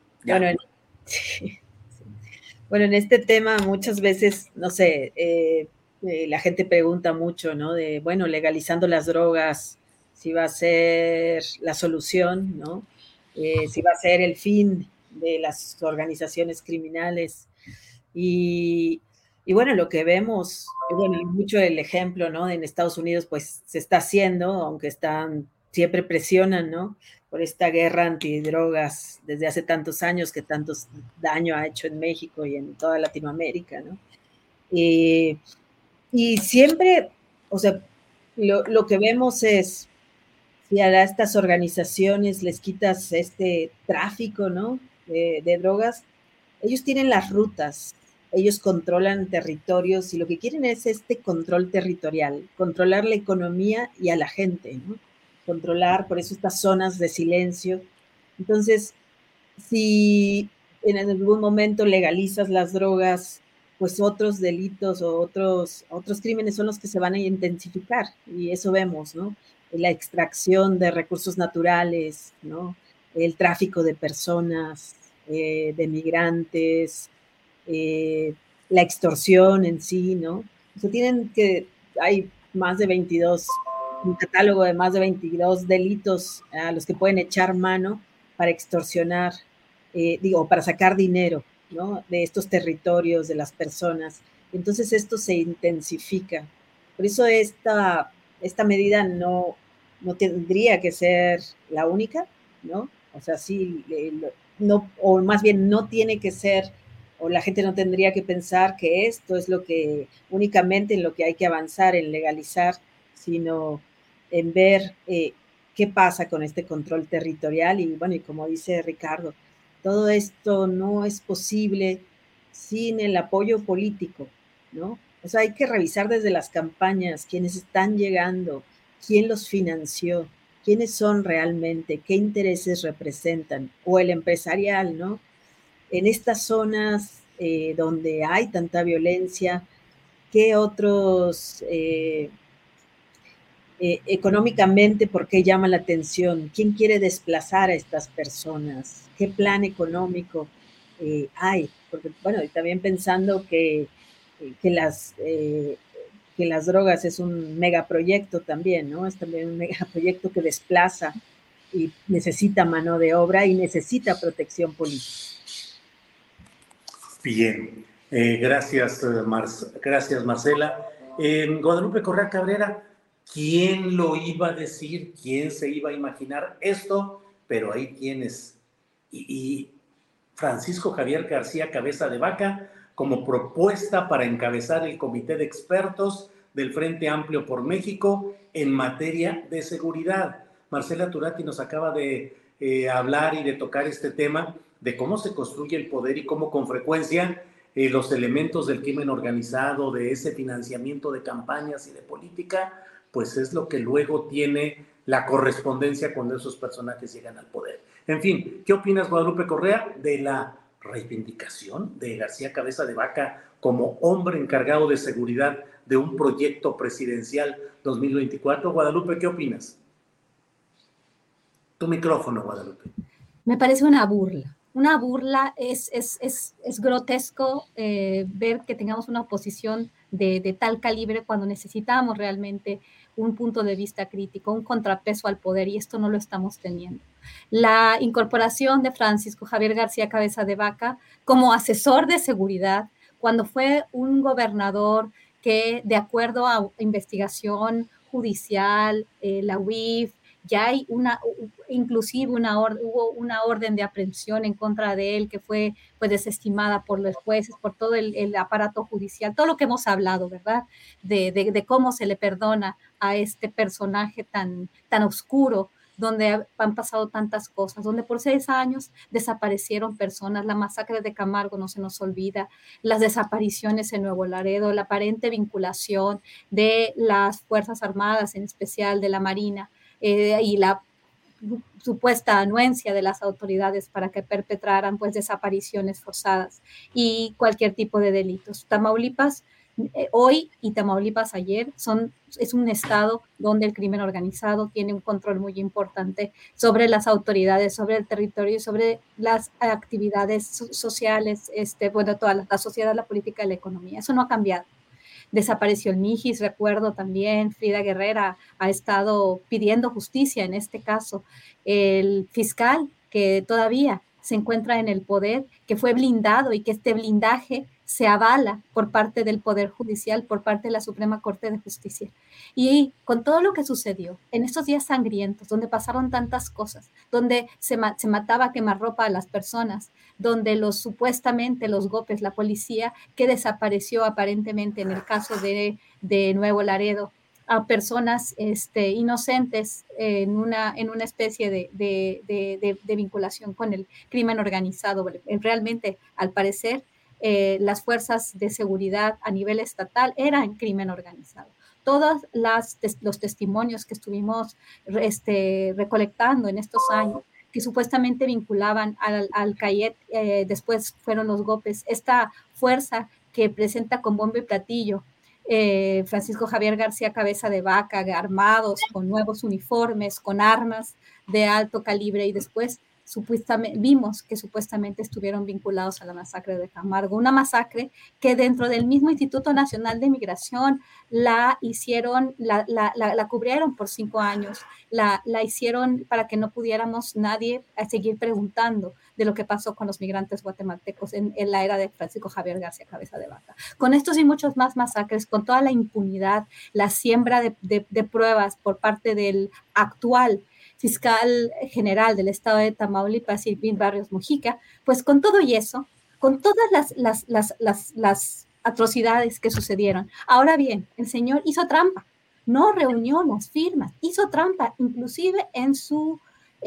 Bueno, en este tema muchas veces, no sé, la gente pregunta mucho, ¿no? De, bueno, legalizando las drogas, si va a ser la solución, ¿no? Si va a ser el fin de las organizaciones criminales. Y bueno, lo que vemos, bueno, y mucho el ejemplo, ¿no? En Estados Unidos, pues se está haciendo, aunque siempre presionan, ¿no? Por esta guerra antidrogas desde hace tantos años que tanto daño ha hecho en México y en toda Latinoamérica, ¿no? Y siempre, o sea, lo que vemos es, si a estas organizaciones les quitas este tráfico, ¿no? De drogas, ellos tienen las rutas, ellos controlan territorios y lo que quieren es este control territorial, controlar la economía y a la gente, ¿no? Controlar, por eso estas zonas de silencio. Entonces, si en algún momento legalizas las drogas, pues otros delitos o otros crímenes son los que se van a intensificar, y eso vemos, ¿no? La extracción de recursos naturales, ¿no? El tráfico de personas, de migrantes, la extorsión en sí, ¿no? O sea, hay más de 22, un catálogo de más de 22 delitos a los que pueden echar mano para extorsionar, para sacar dinero, ¿no? De estos territorios, de las personas. Entonces esto se intensifica. Por eso esta medida no tendría que ser la única, ¿no? O sea, sí, no, o más bien no tiene que ser o la gente no tendría que pensar que esto es lo que únicamente en lo que hay que avanzar, en legalizar, sino en ver qué pasa con este control territorial. Y bueno, y como dice Ricardo, todo esto no es posible sin el apoyo político, ¿no? O sea, hay que revisar desde las campañas quiénes están llegando, quién los financió, quiénes son realmente, qué intereses representan, o el empresarial, ¿no? En estas zonas donde hay tanta violencia, ¿qué otros económicamente, por qué llama la atención? ¿Quién quiere desplazar a estas personas? ¿Qué plan económico hay? Porque, bueno, y también pensando que las drogas es un megaproyecto también, ¿no? Es también un megaproyecto que desplaza y necesita mano de obra y necesita protección política. Bien, gracias Marcela. Guadalupe Correa Cabrera, ¿quién lo iba a decir? ¿Quién se iba a imaginar esto? Pero ahí tienes. Y Francisco Javier García Cabeza de Vaca como propuesta para encabezar el comité de expertos del Frente Amplio por México en materia de seguridad. Marcela Turati nos acaba de hablar y de tocar este tema de cómo se construye el poder y cómo con frecuencia los elementos del crimen organizado, de ese financiamiento de campañas y de política, pues es lo que luego tiene la correspondencia cuando esos personajes llegan al poder. En fin, ¿qué opinas, Guadalupe Correa, de la reivindicación de García Cabeza de Vaca como hombre encargado de seguridad de un proyecto presidencial 2024? Guadalupe, ¿qué opinas? Tu micrófono, Guadalupe. Me parece una burla. Una burla, es grotesco ver que tengamos una oposición de tal calibre cuando necesitamos realmente un punto de vista crítico, un contrapeso al poder, y esto no lo estamos teniendo. La incorporación de Francisco Javier García Cabeza de Vaca como asesor de seguridad, cuando fue un gobernador que, de acuerdo a investigación judicial, la UIF, ya hay inclusive hubo una orden de aprehensión en contra de él que fue desestimada por los jueces, por todo el aparato judicial, todo lo que hemos hablado, ¿verdad? De cómo se le perdona a este personaje tan oscuro, donde han pasado tantas cosas, donde por 6 años desaparecieron personas, la masacre de Camargo no se nos olvida, las desapariciones en Nuevo Laredo, la aparente vinculación de las Fuerzas Armadas, en especial de la Marina, y la supuesta anuencia de las autoridades para que perpetraran pues desapariciones forzadas y cualquier tipo de delitos. Tamaulipas hoy y Tamaulipas ayer es un estado donde el crimen organizado tiene un control muy importante sobre las autoridades, sobre el territorio y sobre las actividades sociales, toda la sociedad, la política y la economía. Eso no ha cambiado. Desapareció el Mijis, recuerdo también, Frida Guerrera ha estado pidiendo justicia en este caso. El fiscal que todavía se encuentra en el poder, que fue blindado y que este blindaje se avala por parte del Poder Judicial, por parte de la Suprema Corte de Justicia. Y con todo lo que sucedió en estos días sangrientos, donde pasaron tantas cosas, donde se mataba a quemarropa a las personas, donde supuestamente los golpes, la policía que desapareció aparentemente en el caso de Nuevo Laredo, a personas inocentes en una especie de vinculación con el crimen organizado. Realmente, al parecer, las fuerzas de seguridad a nivel estatal eran crimen organizado. Todos los testimonios que estuvimos recolectando en estos años, que supuestamente vinculaban al CAIET, después fueron los golpes, esta fuerza que presenta con bombo y platillo Francisco Javier García Cabeza de Vaca, armados con nuevos uniformes, con armas de alto calibre, y después vimos que supuestamente estuvieron vinculados a la masacre de Camargo, una masacre que dentro del mismo Instituto Nacional de Migración la hicieron, la cubrieron por 5 años, la hicieron para que no pudiéramos nadie a seguir preguntando de lo que pasó con los migrantes guatemaltecos en la era de Francisco Javier García Cabeza de Vaca. Con estos y muchos más masacres, con toda la impunidad, la siembra de pruebas por parte del actual fiscal general del estado de Tamaulipas, Irving Barrios Mujica, pues con todo y eso, con todas las atrocidades que sucedieron. Ahora bien, el señor hizo trampa, no reunió las firmas, hizo trampa inclusive en su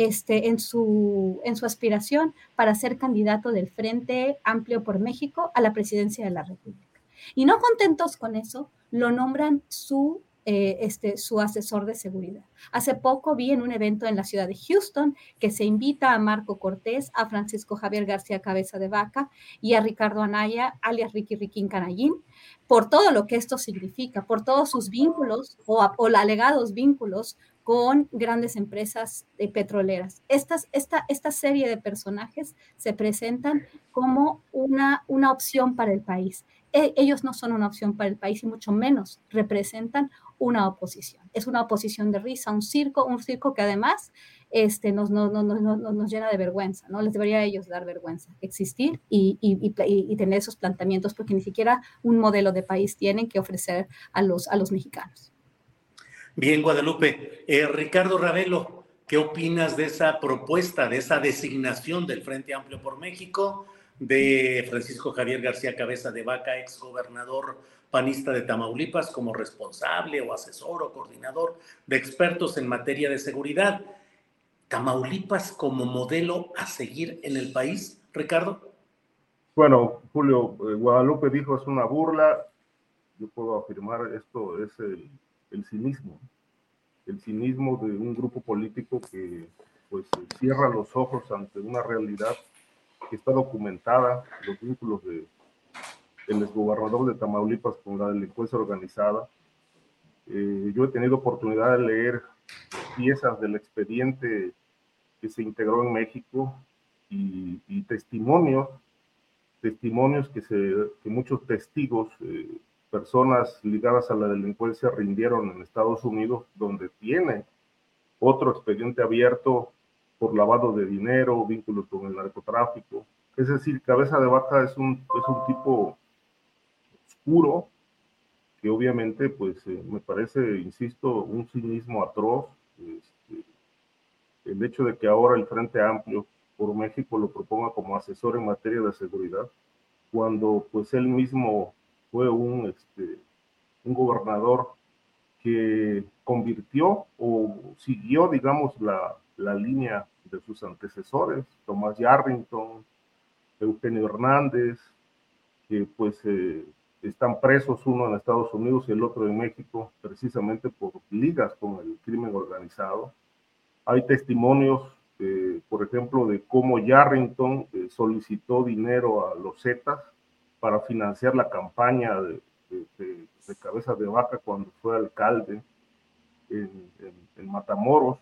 aspiración para ser candidato del Frente Amplio por México a la presidencia de la República. Y no contentos con eso, lo nombran su asesor de seguridad. Hace poco vi en un evento en la ciudad de Houston que se invita a Marco Cortés, a Francisco Javier García Cabeza de Vaca y a Ricardo Anaya, alias Ricky Riquín Canallín, por todo lo que esto significa, por todos sus vínculos o alegados vínculos con grandes empresas petroleras. Esta serie de personajes se presentan como una opción para el país. Ellos no son una opción para el país y mucho menos representan una oposición. Es una oposición de risa, un circo que además nos llena de vergüenza, ¿no? Les debería a ellos dar vergüenza existir y tener esos planteamientos, porque ni siquiera un modelo de país tienen que ofrecer a los mexicanos. Bien, Guadalupe. Ricardo Ravelo, ¿qué opinas de esa propuesta, de esa designación del Frente Amplio por México de Francisco Javier García Cabeza de Vaca, exgobernador panista de Tamaulipas, como responsable o asesor o coordinador de expertos en materia de seguridad? ¿Tamaulipas como modelo a seguir en el país, Ricardo? Bueno, Julio, Guadalupe dijo es una burla. Yo puedo afirmar esto es el cinismo de un grupo político que pues cierra los ojos ante una realidad que está documentada, los vínculos del exgobernador de Tamaulipas con la delincuencia organizada. Yo he tenido oportunidad de leer piezas del expediente que se integró en México y testimonios que muchos testigos, personas ligadas a la delincuencia rindieron en Estados Unidos, donde tiene otro expediente abierto por lavado de dinero, vínculos con el narcotráfico. Es decir, Cabeza de Vaca es un tipo oscuro que obviamente pues me parece, insisto, un cinismo atroz. El hecho de que ahora el Frente Amplio por México lo proponga como asesor en materia de seguridad, cuando pues él mismo fue un gobernador que convirtió o siguió, digamos, la línea de sus antecesores, Tomás Yarrington, Eugenio Hernández, que pues están presos, uno en Estados Unidos y el otro en México, precisamente por ligas con el crimen organizado. Hay testimonios, por ejemplo, de cómo Yarrington solicitó dinero a los Zetas para financiar la campaña de Cabeza de Vaca cuando fue alcalde en Matamoros,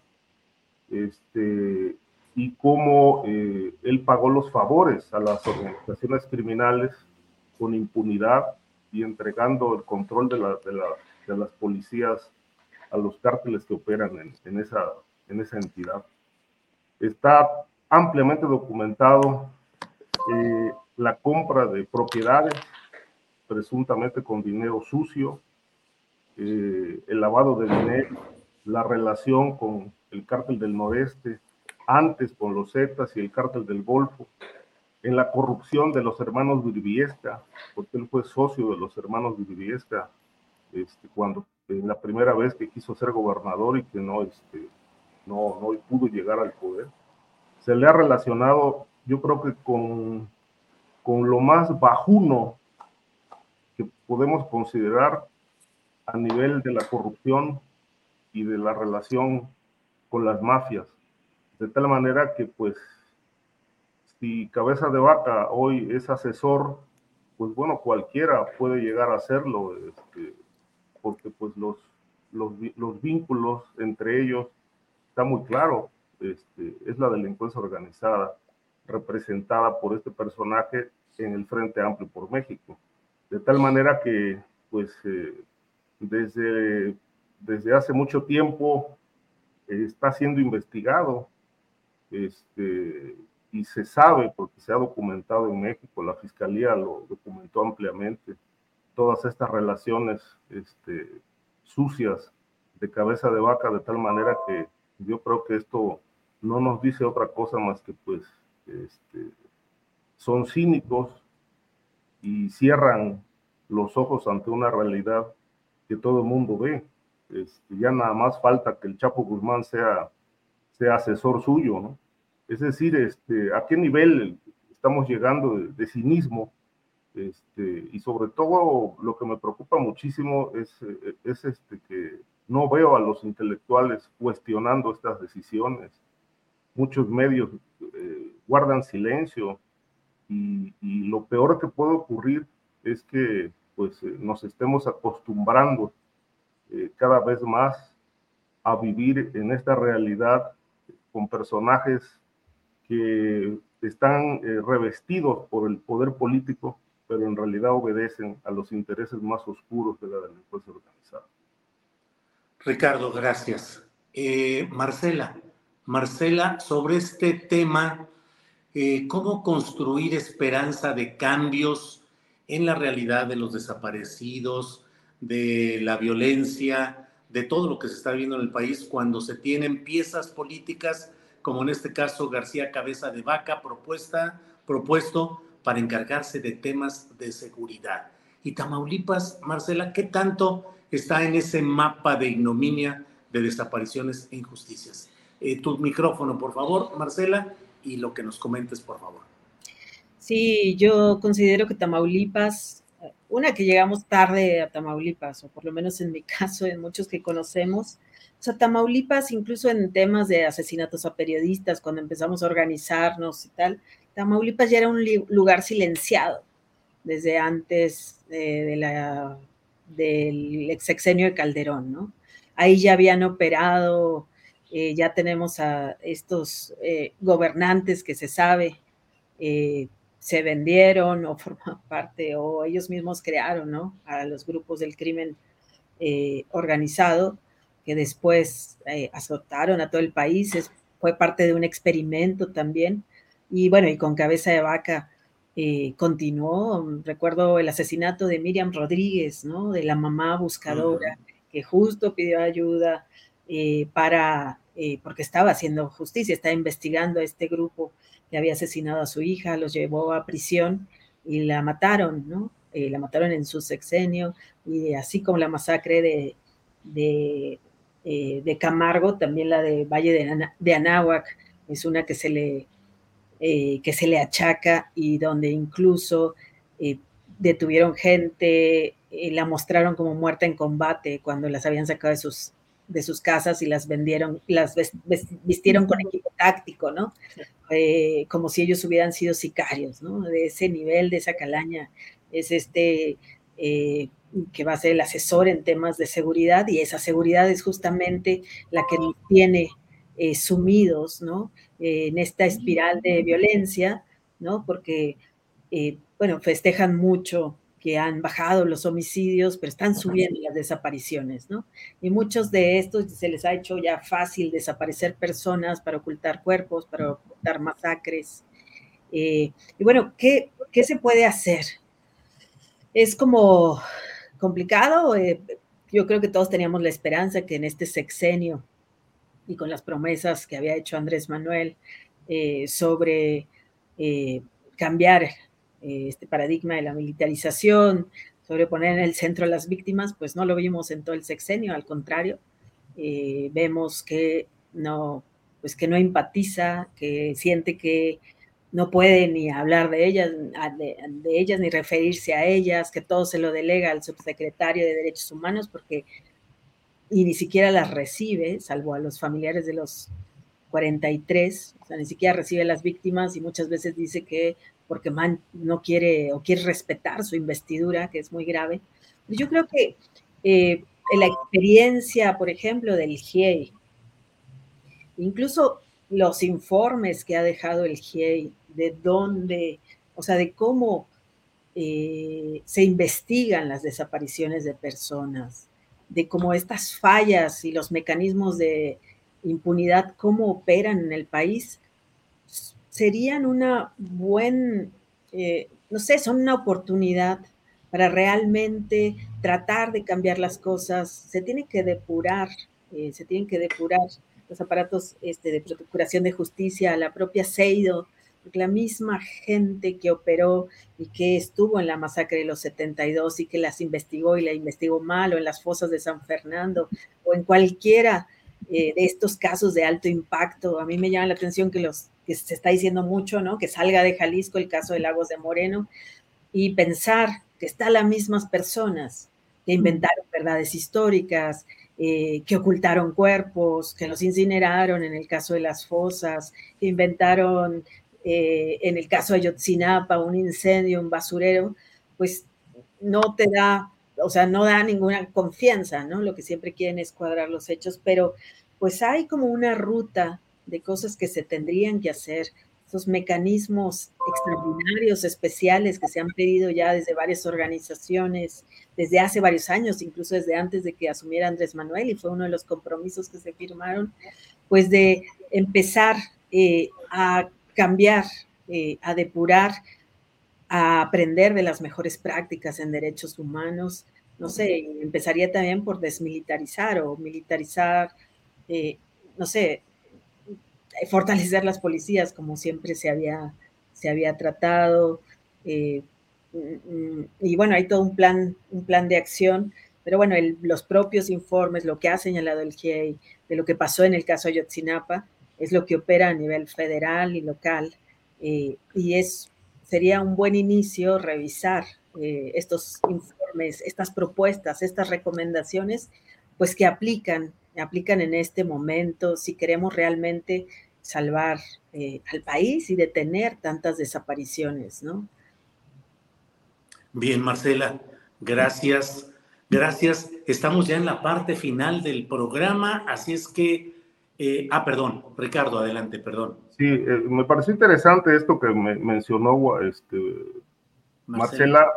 y cómo él pagó los favores a las organizaciones criminales con impunidad y entregando el control de las policías a los cárteles que operan en esa entidad. Está ampliamente documentado la compra de propiedades presuntamente con dinero sucio, el lavado de dinero, la relación con el cártel del Noreste, antes con los Zetas y el cártel del Golfo, en la corrupción de los hermanos Virviesca, porque él fue socio de los hermanos Virviesca cuando en la primera vez que quiso ser gobernador y que no pudo llegar al poder. Se le ha relacionado, yo creo que con lo más bajuno que podemos considerar a nivel de la corrupción y de la relación con las mafias, de tal manera que pues si Cabeza de Vaca hoy es asesor, pues bueno, cualquiera puede llegar a hacerlo, porque pues los vínculos entre ellos está muy claro, es la delincuencia organizada representada por este personaje en el Frente Amplio por México, de tal manera que pues desde hace mucho tiempo está siendo investigado, y se sabe, porque se ha documentado en México, la Fiscalía lo documentó ampliamente, todas estas relaciones sucias de Cabeza de Vaca, de tal manera que yo creo que esto no nos dice otra cosa más que pues son cínicos, y cierran los ojos ante una realidad que todo el mundo ve. Ya nada más falta que el Chapo Guzmán sea asesor suyo, ¿no? Es decir, ¿a qué nivel estamos llegando de cinismo? Y sobre todo lo que me preocupa muchísimo es que no veo a los intelectuales cuestionando estas decisiones. Muchos medios guardan silencio y lo peor que puede ocurrir es que pues, nos estemos acostumbrando cada vez más a vivir en esta realidad con personajes que están revestidos por el poder político, pero en realidad obedecen a los intereses más oscuros de la delincuencia organizada. Ricardo, gracias. Marcela, sobre este tema, ¿cómo construir esperanza de cambios en la realidad de los desaparecidos, de la violencia, de todo lo que se está viendo en el país cuando se tienen piezas políticas, como en este caso García Cabeza de Vaca, propuesto para encargarse de temas de seguridad? Y Tamaulipas, Marcela, ¿qué tanto está en ese mapa de ignominia, de desapariciones e injusticias? Tu micrófono, por favor, Marcela, y lo que nos comentes, por favor. Sí, yo considero que Tamaulipas, que llegamos tarde a Tamaulipas, o por lo menos en mi caso, en muchos que conocemos, o sea, Tamaulipas, incluso en temas de asesinatos a periodistas, cuando empezamos a organizarnos y tal, Tamaulipas ya era un lugar silenciado desde antes del exsexenio de Calderón, ¿no? Ahí ya habían operado, ya tenemos a estos gobernantes que se sabe se vendieron o forman parte o ellos mismos crearon, ¿no? A los grupos del crimen organizado que después azotaron a todo el país. Fue parte de un experimento también. Y bueno, y con Cabeza de Vaca continuó. Recuerdo el asesinato de Miriam Rodríguez, ¿no? De la mamá buscadora que justo pidió ayuda porque estaba haciendo justicia, estaba investigando a este grupo que había asesinado a su hija, los llevó a prisión y la mataron, ¿no? La mataron en su sexenio, y así como la masacre de Camargo, también la de Valle de Anáhuac es una que se le achaca y donde incluso detuvieron gente, la mostraron como muerta en combate cuando las habían sacado de sus casas y las vendieron, las vistieron con equipo táctico, ¿no? Como si ellos hubieran sido sicarios, ¿no? De ese nivel, de esa calaña, es que va a ser el asesor en temas de seguridad, y esa seguridad es justamente la que nos tiene sumidos, ¿no? En esta espiral de violencia, ¿no? Porque, bueno, festejan mucho que han bajado los homicidios, pero están subiendo las desapariciones, ¿no? Y muchos de estos se les ha hecho ya fácil desaparecer personas para ocultar cuerpos, para ocultar masacres. Y bueno, ¿qué se puede hacer? Es como complicado. Yo creo que todos teníamos la esperanza que en este sexenio y con las promesas que había hecho Andrés Manuel sobre cambiar este paradigma de la militarización, sobre poner en el centro a las víctimas, pues no lo vimos en todo el sexenio, al contrario, vemos que no empatiza, que siente que no puede ni hablar de ellas, ni referirse a ellas, que todo se lo delega al subsecretario de Derechos Humanos, y ni siquiera las recibe, salvo a los familiares de los 43, o sea, ni siquiera recibe a las víctimas, y muchas veces dice que porque no quiere o quiere respetar su investidura, que es muy grave. Yo creo que la experiencia, por ejemplo, del GIEI, incluso los informes que ha dejado el GIEI, de cómo se investigan las desapariciones de personas, de cómo estas fallas y los mecanismos de impunidad, cómo operan en el país, serían son una oportunidad para realmente tratar de cambiar las cosas. Se tienen que depurar los aparatos de procuración de justicia, la propia CEIDO, porque la misma gente que operó y que estuvo en la masacre de los 72 y que las investigó y la investigó mal, o en las fosas de San Fernando, o en cualquiera de estos casos de alto impacto. A mí me llama la atención que se está diciendo mucho, ¿no? Que salga de Jalisco el caso de Lagos de Moreno, y pensar que están las mismas personas que inventaron verdades históricas, que ocultaron cuerpos, que los incineraron en el caso de las fosas, que inventaron en el caso de Ayotzinapa un incendio, un basurero, pues no te da, o sea, no da ninguna confianza, ¿no? Lo que siempre quieren es cuadrar los hechos, pero pues hay como una ruta de cosas que se tendrían que hacer, esos mecanismos extraordinarios, especiales que se han pedido ya desde varias organizaciones, desde hace varios años, incluso desde antes de que asumiera Andrés Manuel, y fue uno de los compromisos que se firmaron, pues de empezar a cambiar, a depurar, a aprender de las mejores prácticas en derechos humanos. No sé, empezaría también por desmilitarizar o militarizar, no sé, fortalecer las policías como siempre se había tratado, y bueno, hay todo un plan de acción, pero bueno, los propios informes, lo que ha señalado el GIEI de lo que pasó en el caso Ayotzinapa, es lo que opera a nivel federal y local, y sería un buen inicio revisar estos informes, estas propuestas, estas recomendaciones, pues que aplican en este momento, si queremos realmente salvar al país y detener tantas desapariciones, ¿no? Bien, Marcela, gracias. Gracias. Estamos ya en la parte final del programa, así es que, perdón, Ricardo, adelante, perdón. Sí, me pareció interesante esto que me mencionó Marcela.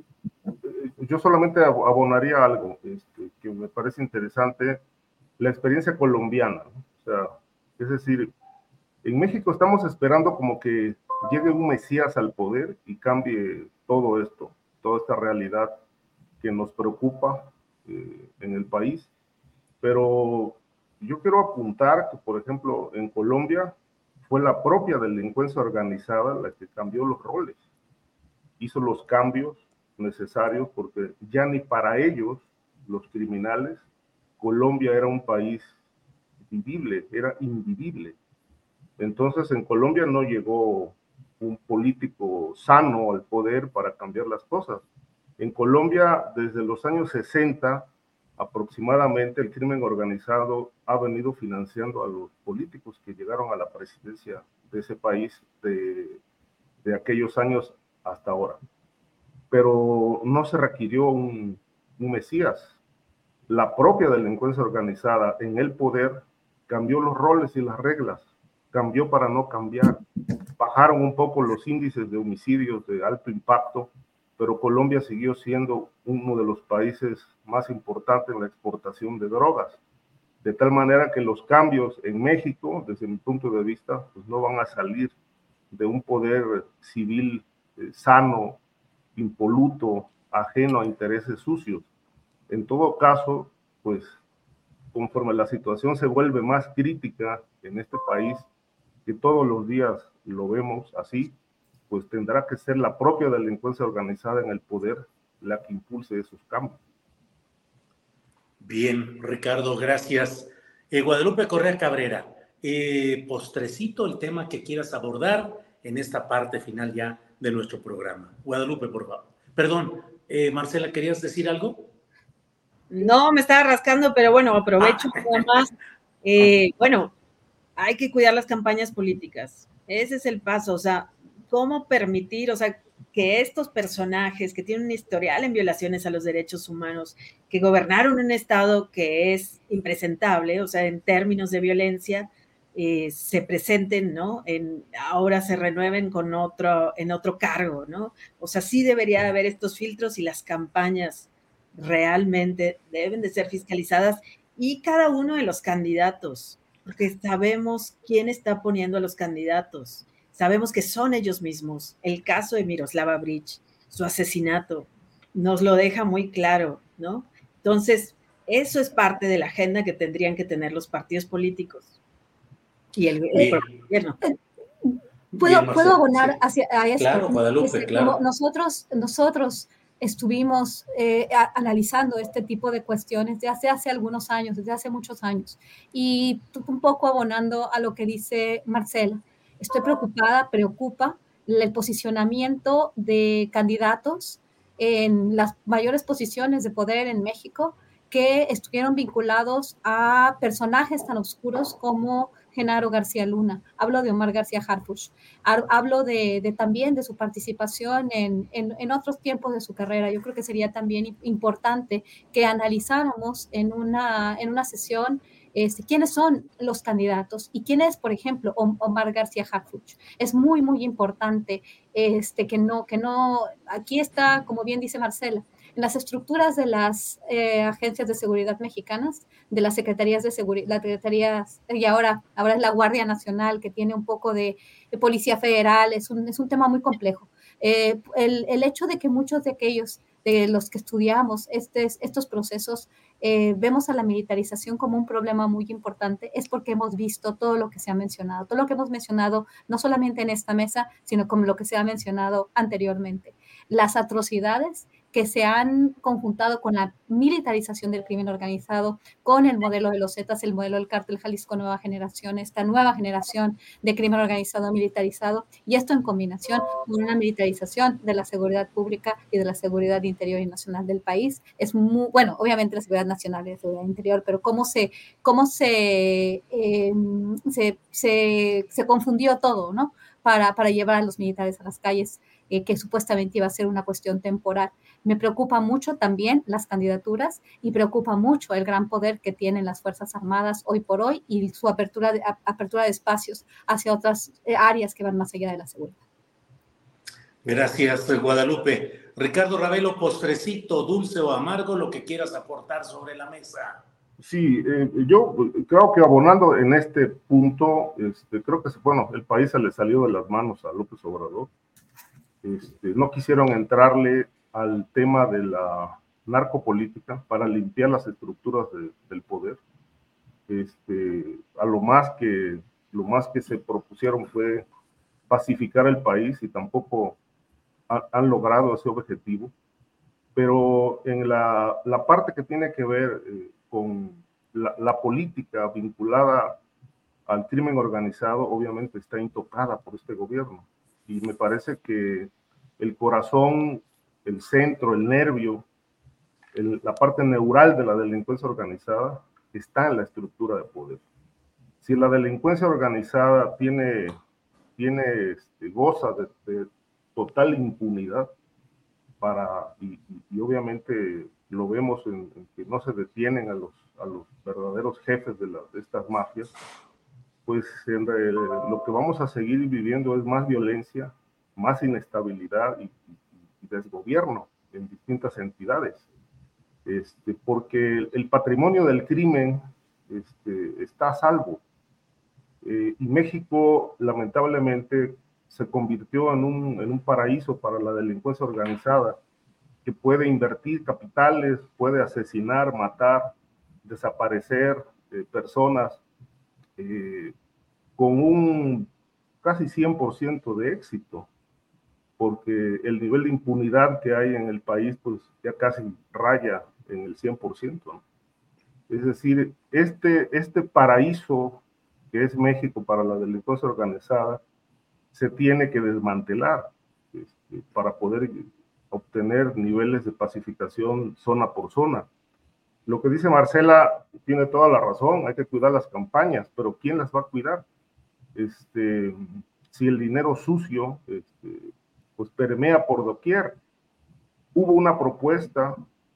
Yo solamente abonaría algo que me parece interesante, la experiencia colombiana, ¿no? O sea, es decir, en México estamos esperando como que llegue un Mesías al poder y cambie todo esto, toda esta realidad que nos preocupa en el país, pero yo quiero apuntar que, por ejemplo, en Colombia fue la propia delincuencia organizada la que cambió los roles, hizo los cambios necesarios, porque ya ni para ellos, los criminales, Colombia era un país vivible, era invivible. Entonces en Colombia no llegó un político sano al poder para cambiar las cosas. En Colombia, desde los años 60, aproximadamente, el crimen organizado ha venido financiando a los políticos que llegaron a la presidencia de ese país de aquellos años hasta ahora. Pero no se requirió un Mesías. La propia delincuencia organizada en el poder cambió los roles y las reglas, cambió para no cambiar. Bajaron un poco los índices de homicidios de alto impacto, pero Colombia siguió siendo uno de los países más importantes en la exportación de drogas. De tal manera que los cambios en México, desde mi punto de vista, pues no van a salir de un poder civil sano, impoluto, ajeno a intereses sucios. En todo caso, pues conforme la situación se vuelve más crítica en este país, que todos los días lo vemos así, pues tendrá que ser la propia delincuencia organizada en el poder la que impulse esos cambios. Bien, Ricardo, gracias. Guadalupe Correa Cabrera, postrecito el tema que quieras abordar en esta parte final ya de nuestro programa. Guadalupe, por favor. Perdón, Marcela, ¿querías decir algo? No, me estaba rascando, pero bueno, aprovecho nada más. Bueno, hay que cuidar las campañas políticas. Ese es el paso, o sea, cómo permitir, o sea, que estos personajes que tienen un historial en violaciones a los derechos humanos, que gobernaron un estado que es impresentable, o sea, en términos de violencia, se presenten, ¿no? Ahora se renueven en otro cargo, ¿no? O sea, sí debería haber estos filtros, y las campañas realmente deben de ser fiscalizadas, y cada uno de los candidatos, porque sabemos quién está poniendo a los candidatos, sabemos que son ellos mismos. El caso de Miroslava Breach, su asesinato, nos lo deja muy claro, ¿no? Entonces, eso es parte de la agenda que tendrían que tener los partidos políticos y el gobierno. Puedo abonar a esto. Claro, Guadalupe, claro. Nosotros estuvimos analizando este tipo de cuestiones desde hace algunos años, desde hace muchos años, y un poco abonando a lo que dice Marcela. Estoy preocupa el posicionamiento de candidatos en las mayores posiciones de poder en México que estuvieron vinculados a personajes tan oscuros como Genaro García Luna. Hablo de Omar García Harfuch. Hablo también de su participación en otros tiempos de su carrera. Yo creo que sería también importante que analizáramos en una sesión quiénes son los candidatos y quién es, por ejemplo, Omar García Harfuch. Es muy, muy importante que no, aquí está, como bien dice Marcela, en las estructuras de las agencias de seguridad mexicanas, de las secretarías de seguridad, y ahora es la Guardia Nacional, que tiene un poco de Policía Federal, es un tema muy complejo. El hecho de que muchos de aquellos de los que estudiamos estos procesos vemos a la militarización como un problema muy importante, es porque hemos visto todo lo que se ha mencionado, todo lo que hemos mencionado, no solamente en esta mesa, sino como lo que se ha mencionado anteriormente. Las atrocidades que se han conjuntado con la militarización del crimen organizado, con el modelo de los Zetas, el modelo del Cártel Jalisco Nueva Generación, esta nueva generación de crimen organizado militarizado, y esto en combinación con una militarización de la seguridad pública y de la seguridad interior y nacional del país. Es muy, bueno, obviamente la seguridad nacional y la seguridad interior, pero cómo se confundió todo, ¿no? Para llevar a los militares a las calles, que supuestamente iba a ser una cuestión temporal. Me preocupa mucho también las candidaturas y preocupa mucho el gran poder que tienen las Fuerzas Armadas hoy por hoy y su apertura de espacios hacia otras áreas que van más allá de la seguridad. Gracias, Guadalupe. Ricardo Ravelo, postrecito, dulce o amargo, lo que quieras aportar sobre la mesa. Sí, yo creo que abonando en este punto, creo que el país se le salió de las manos a López Obrador. No quisieron entrarle al tema de la narcopolítica para limpiar las estructuras del poder. A lo más que se propusieron fue pacificar el país y tampoco han logrado ese objetivo. Pero en la parte que tiene que ver con la política vinculada al crimen organizado, obviamente está intocada por este gobierno. Y me parece que el corazón, el centro, el nervio, la parte neural de la delincuencia organizada está en la estructura de poder. Si la delincuencia organizada goza de total impunidad y obviamente lo vemos en que no se detienen a los verdaderos jefes de estas mafias, pues lo que vamos a seguir viviendo es más violencia, más inestabilidad y desgobierno en distintas entidades, porque el patrimonio del crimen está a salvo. Y México, lamentablemente, se convirtió en un paraíso para la delincuencia organizada, que puede invertir capitales, puede asesinar, matar, desaparecer personas con un casi 100% de éxito, porque el nivel de impunidad que hay en el país pues ya casi raya en el 100%, ¿no? Es decir, este paraíso que es México para la delincuencia organizada se tiene que desmantelar para poder obtener niveles de pacificación zona por zona. Lo que dice Marcela tiene toda la razón, hay que cuidar las campañas, pero ¿quién las va a cuidar? Si el dinero sucio pues permea por doquier. Hubo una propuesta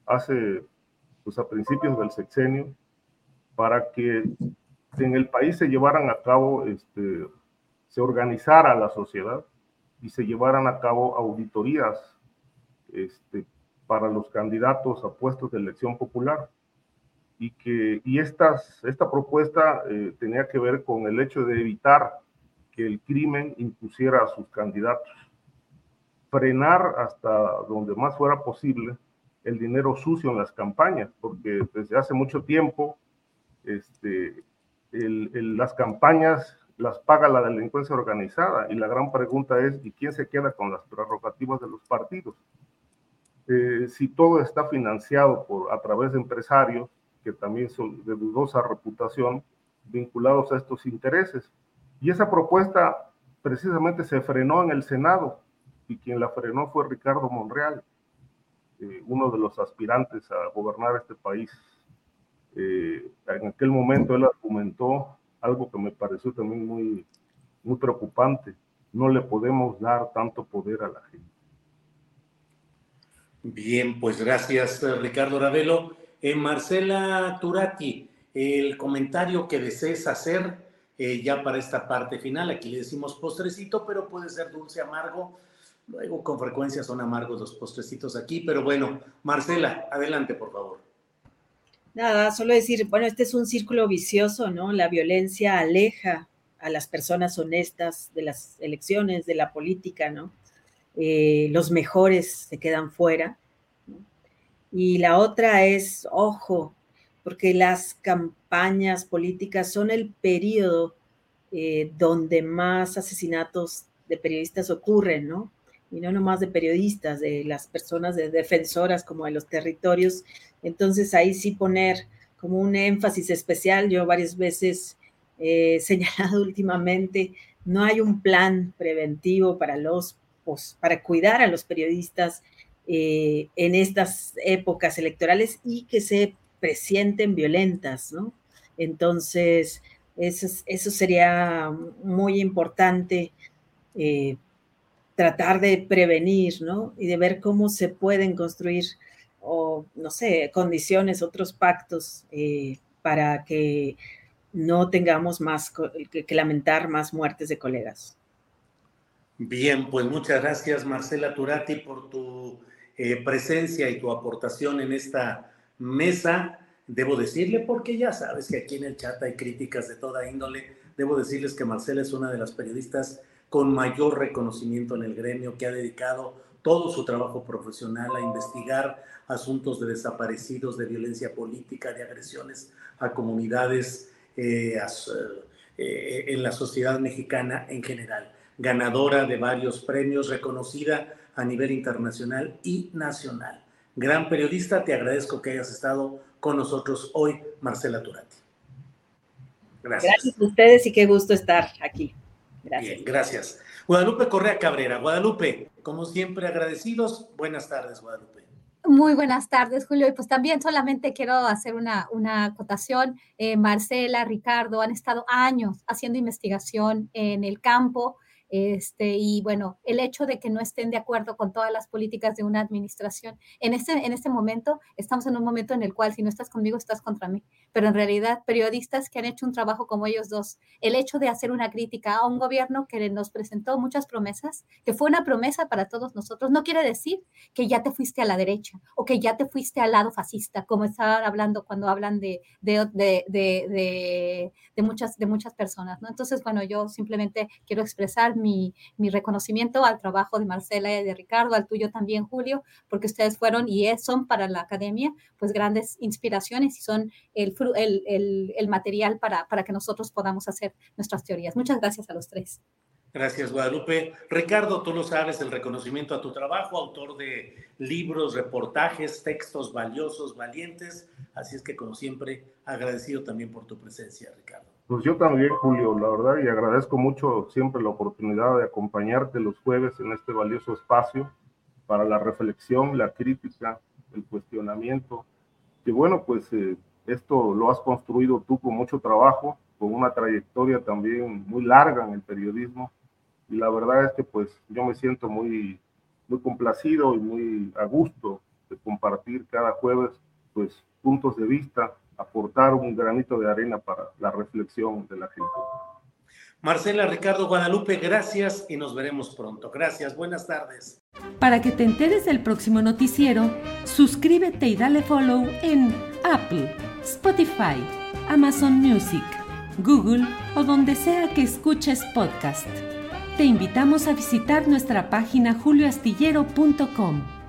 a principios del sexenio para que en el país se llevaran a cabo, se organizara la sociedad y se llevaran a cabo auditorías para los candidatos a puestos de elección popular. Y esta propuesta tenía que ver con el hecho de evitar que el crimen impusiera a sus candidatos, frenar hasta donde más fuera posible el dinero sucio en las campañas, porque desde hace mucho tiempo las campañas las paga la delincuencia organizada, y la gran pregunta es, ¿y quién se queda con las prerrogativas de los partidos? Si todo está financiado a través de empresarios que también son de dudosa reputación, vinculados a estos intereses. Y esa propuesta precisamente se frenó en el Senado, y quien la frenó fue Ricardo Monreal, uno de los aspirantes a gobernar este país. En aquel momento él argumentó algo que me pareció también muy, muy preocupante: no le podemos dar tanto poder a la gente. Bien, pues gracias, Ricardo Ravelo. Marcela Turati, el comentario que desees hacer ya para esta parte final. Aquí le decimos postrecito, pero puede ser dulce, amargo. Luego, con frecuencia son amargos los postrecitos aquí, pero bueno, Marcela, adelante, por favor. Nada, solo decir, bueno, este es un círculo vicioso, ¿no? La violencia aleja a las personas honestas de las elecciones, de la política, ¿no? Los mejores se quedan fuera, ¿no? Y la otra es, ojo, porque las campañas políticas son el periodo donde más asesinatos de periodistas ocurren, ¿no? Y no nomás de periodistas, de las personas de defensoras como de los territorios. Entonces ahí sí poner como un énfasis especial. Yo varias veces he señalado últimamente, no hay un plan preventivo para cuidar a los periodistas en estas épocas electorales y que se presienten violentas, ¿no? Entonces, eso sería muy importante, tratar de prevenir, ¿no? Y de ver cómo se pueden construir, o no sé, condiciones, otros pactos para que no tengamos más que lamentar más muertes de colegas. Bien, pues muchas gracias, Marcela Turati, por tu presencia y tu aportación en esta mesa. Debo decirle, porque ya sabes que aquí en el chat hay críticas de toda índole, debo decirles que Marcela es una de las periodistas con mayor reconocimiento en el gremio, que ha dedicado todo su trabajo profesional a investigar asuntos de desaparecidos, de violencia política, de agresiones a comunidades en la sociedad mexicana en general. Ganadora de varios premios, reconocida a nivel internacional y nacional. Gran periodista, te agradezco que hayas estado con nosotros hoy, Marcela Turati. Gracias. Gracias a ustedes y qué gusto estar aquí. Gracias. Bien, gracias. Guadalupe Correa Cabrera. Guadalupe, como siempre, agradecidos. Buenas tardes, Guadalupe. Muy buenas tardes, Julio. Y pues también solamente quiero hacer una acotación. Marcela, Ricardo han estado años haciendo investigación en el campo. Y bueno, el hecho de que no estén de acuerdo con todas las políticas de una administración, en este momento, estamos en un momento en el cual si no estás conmigo, estás contra mí, pero en realidad periodistas que han hecho un trabajo como ellos dos, el hecho de hacer una crítica a un gobierno que nos presentó muchas promesas, que fue una promesa para todos nosotros, no quiere decir que ya te fuiste a la derecha o que ya te fuiste al lado fascista, como estaban hablando cuando hablan de muchas personas, ¿no? Entonces, bueno, yo simplemente quiero expresar mi reconocimiento al trabajo de Marcela y de Ricardo, al tuyo también, Julio, porque ustedes fueron y son para la academia pues grandes inspiraciones y son el material para que nosotros podamos hacer nuestras teorías. Muchas gracias a los tres. Gracias, Guadalupe. Ricardo, tú lo sabes, el reconocimiento a tu trabajo, autor de libros, reportajes, textos valiosos, valientes, así es que como siempre, agradecido también por tu presencia, Ricardo. Pues yo también, Julio, la verdad, y agradezco mucho siempre la oportunidad de acompañarte los jueves en este valioso espacio para la reflexión, la crítica, el cuestionamiento. Que bueno, pues esto lo has construido tú con mucho trabajo, con una trayectoria también muy larga en el periodismo, y la verdad es que pues yo me siento muy, muy complacido y muy a gusto de compartir cada jueves pues puntos de vista, aportar un granito de arena para la reflexión de la gente. Marcela, Ricardo, Guadalupe, gracias y nos veremos pronto. Gracias, buenas tardes. Para que te enteres del próximo noticiero, suscríbete y dale follow en Apple, Spotify, Amazon Music, Google o donde sea que escuches podcast. Te invitamos a visitar nuestra página julioastillero.com.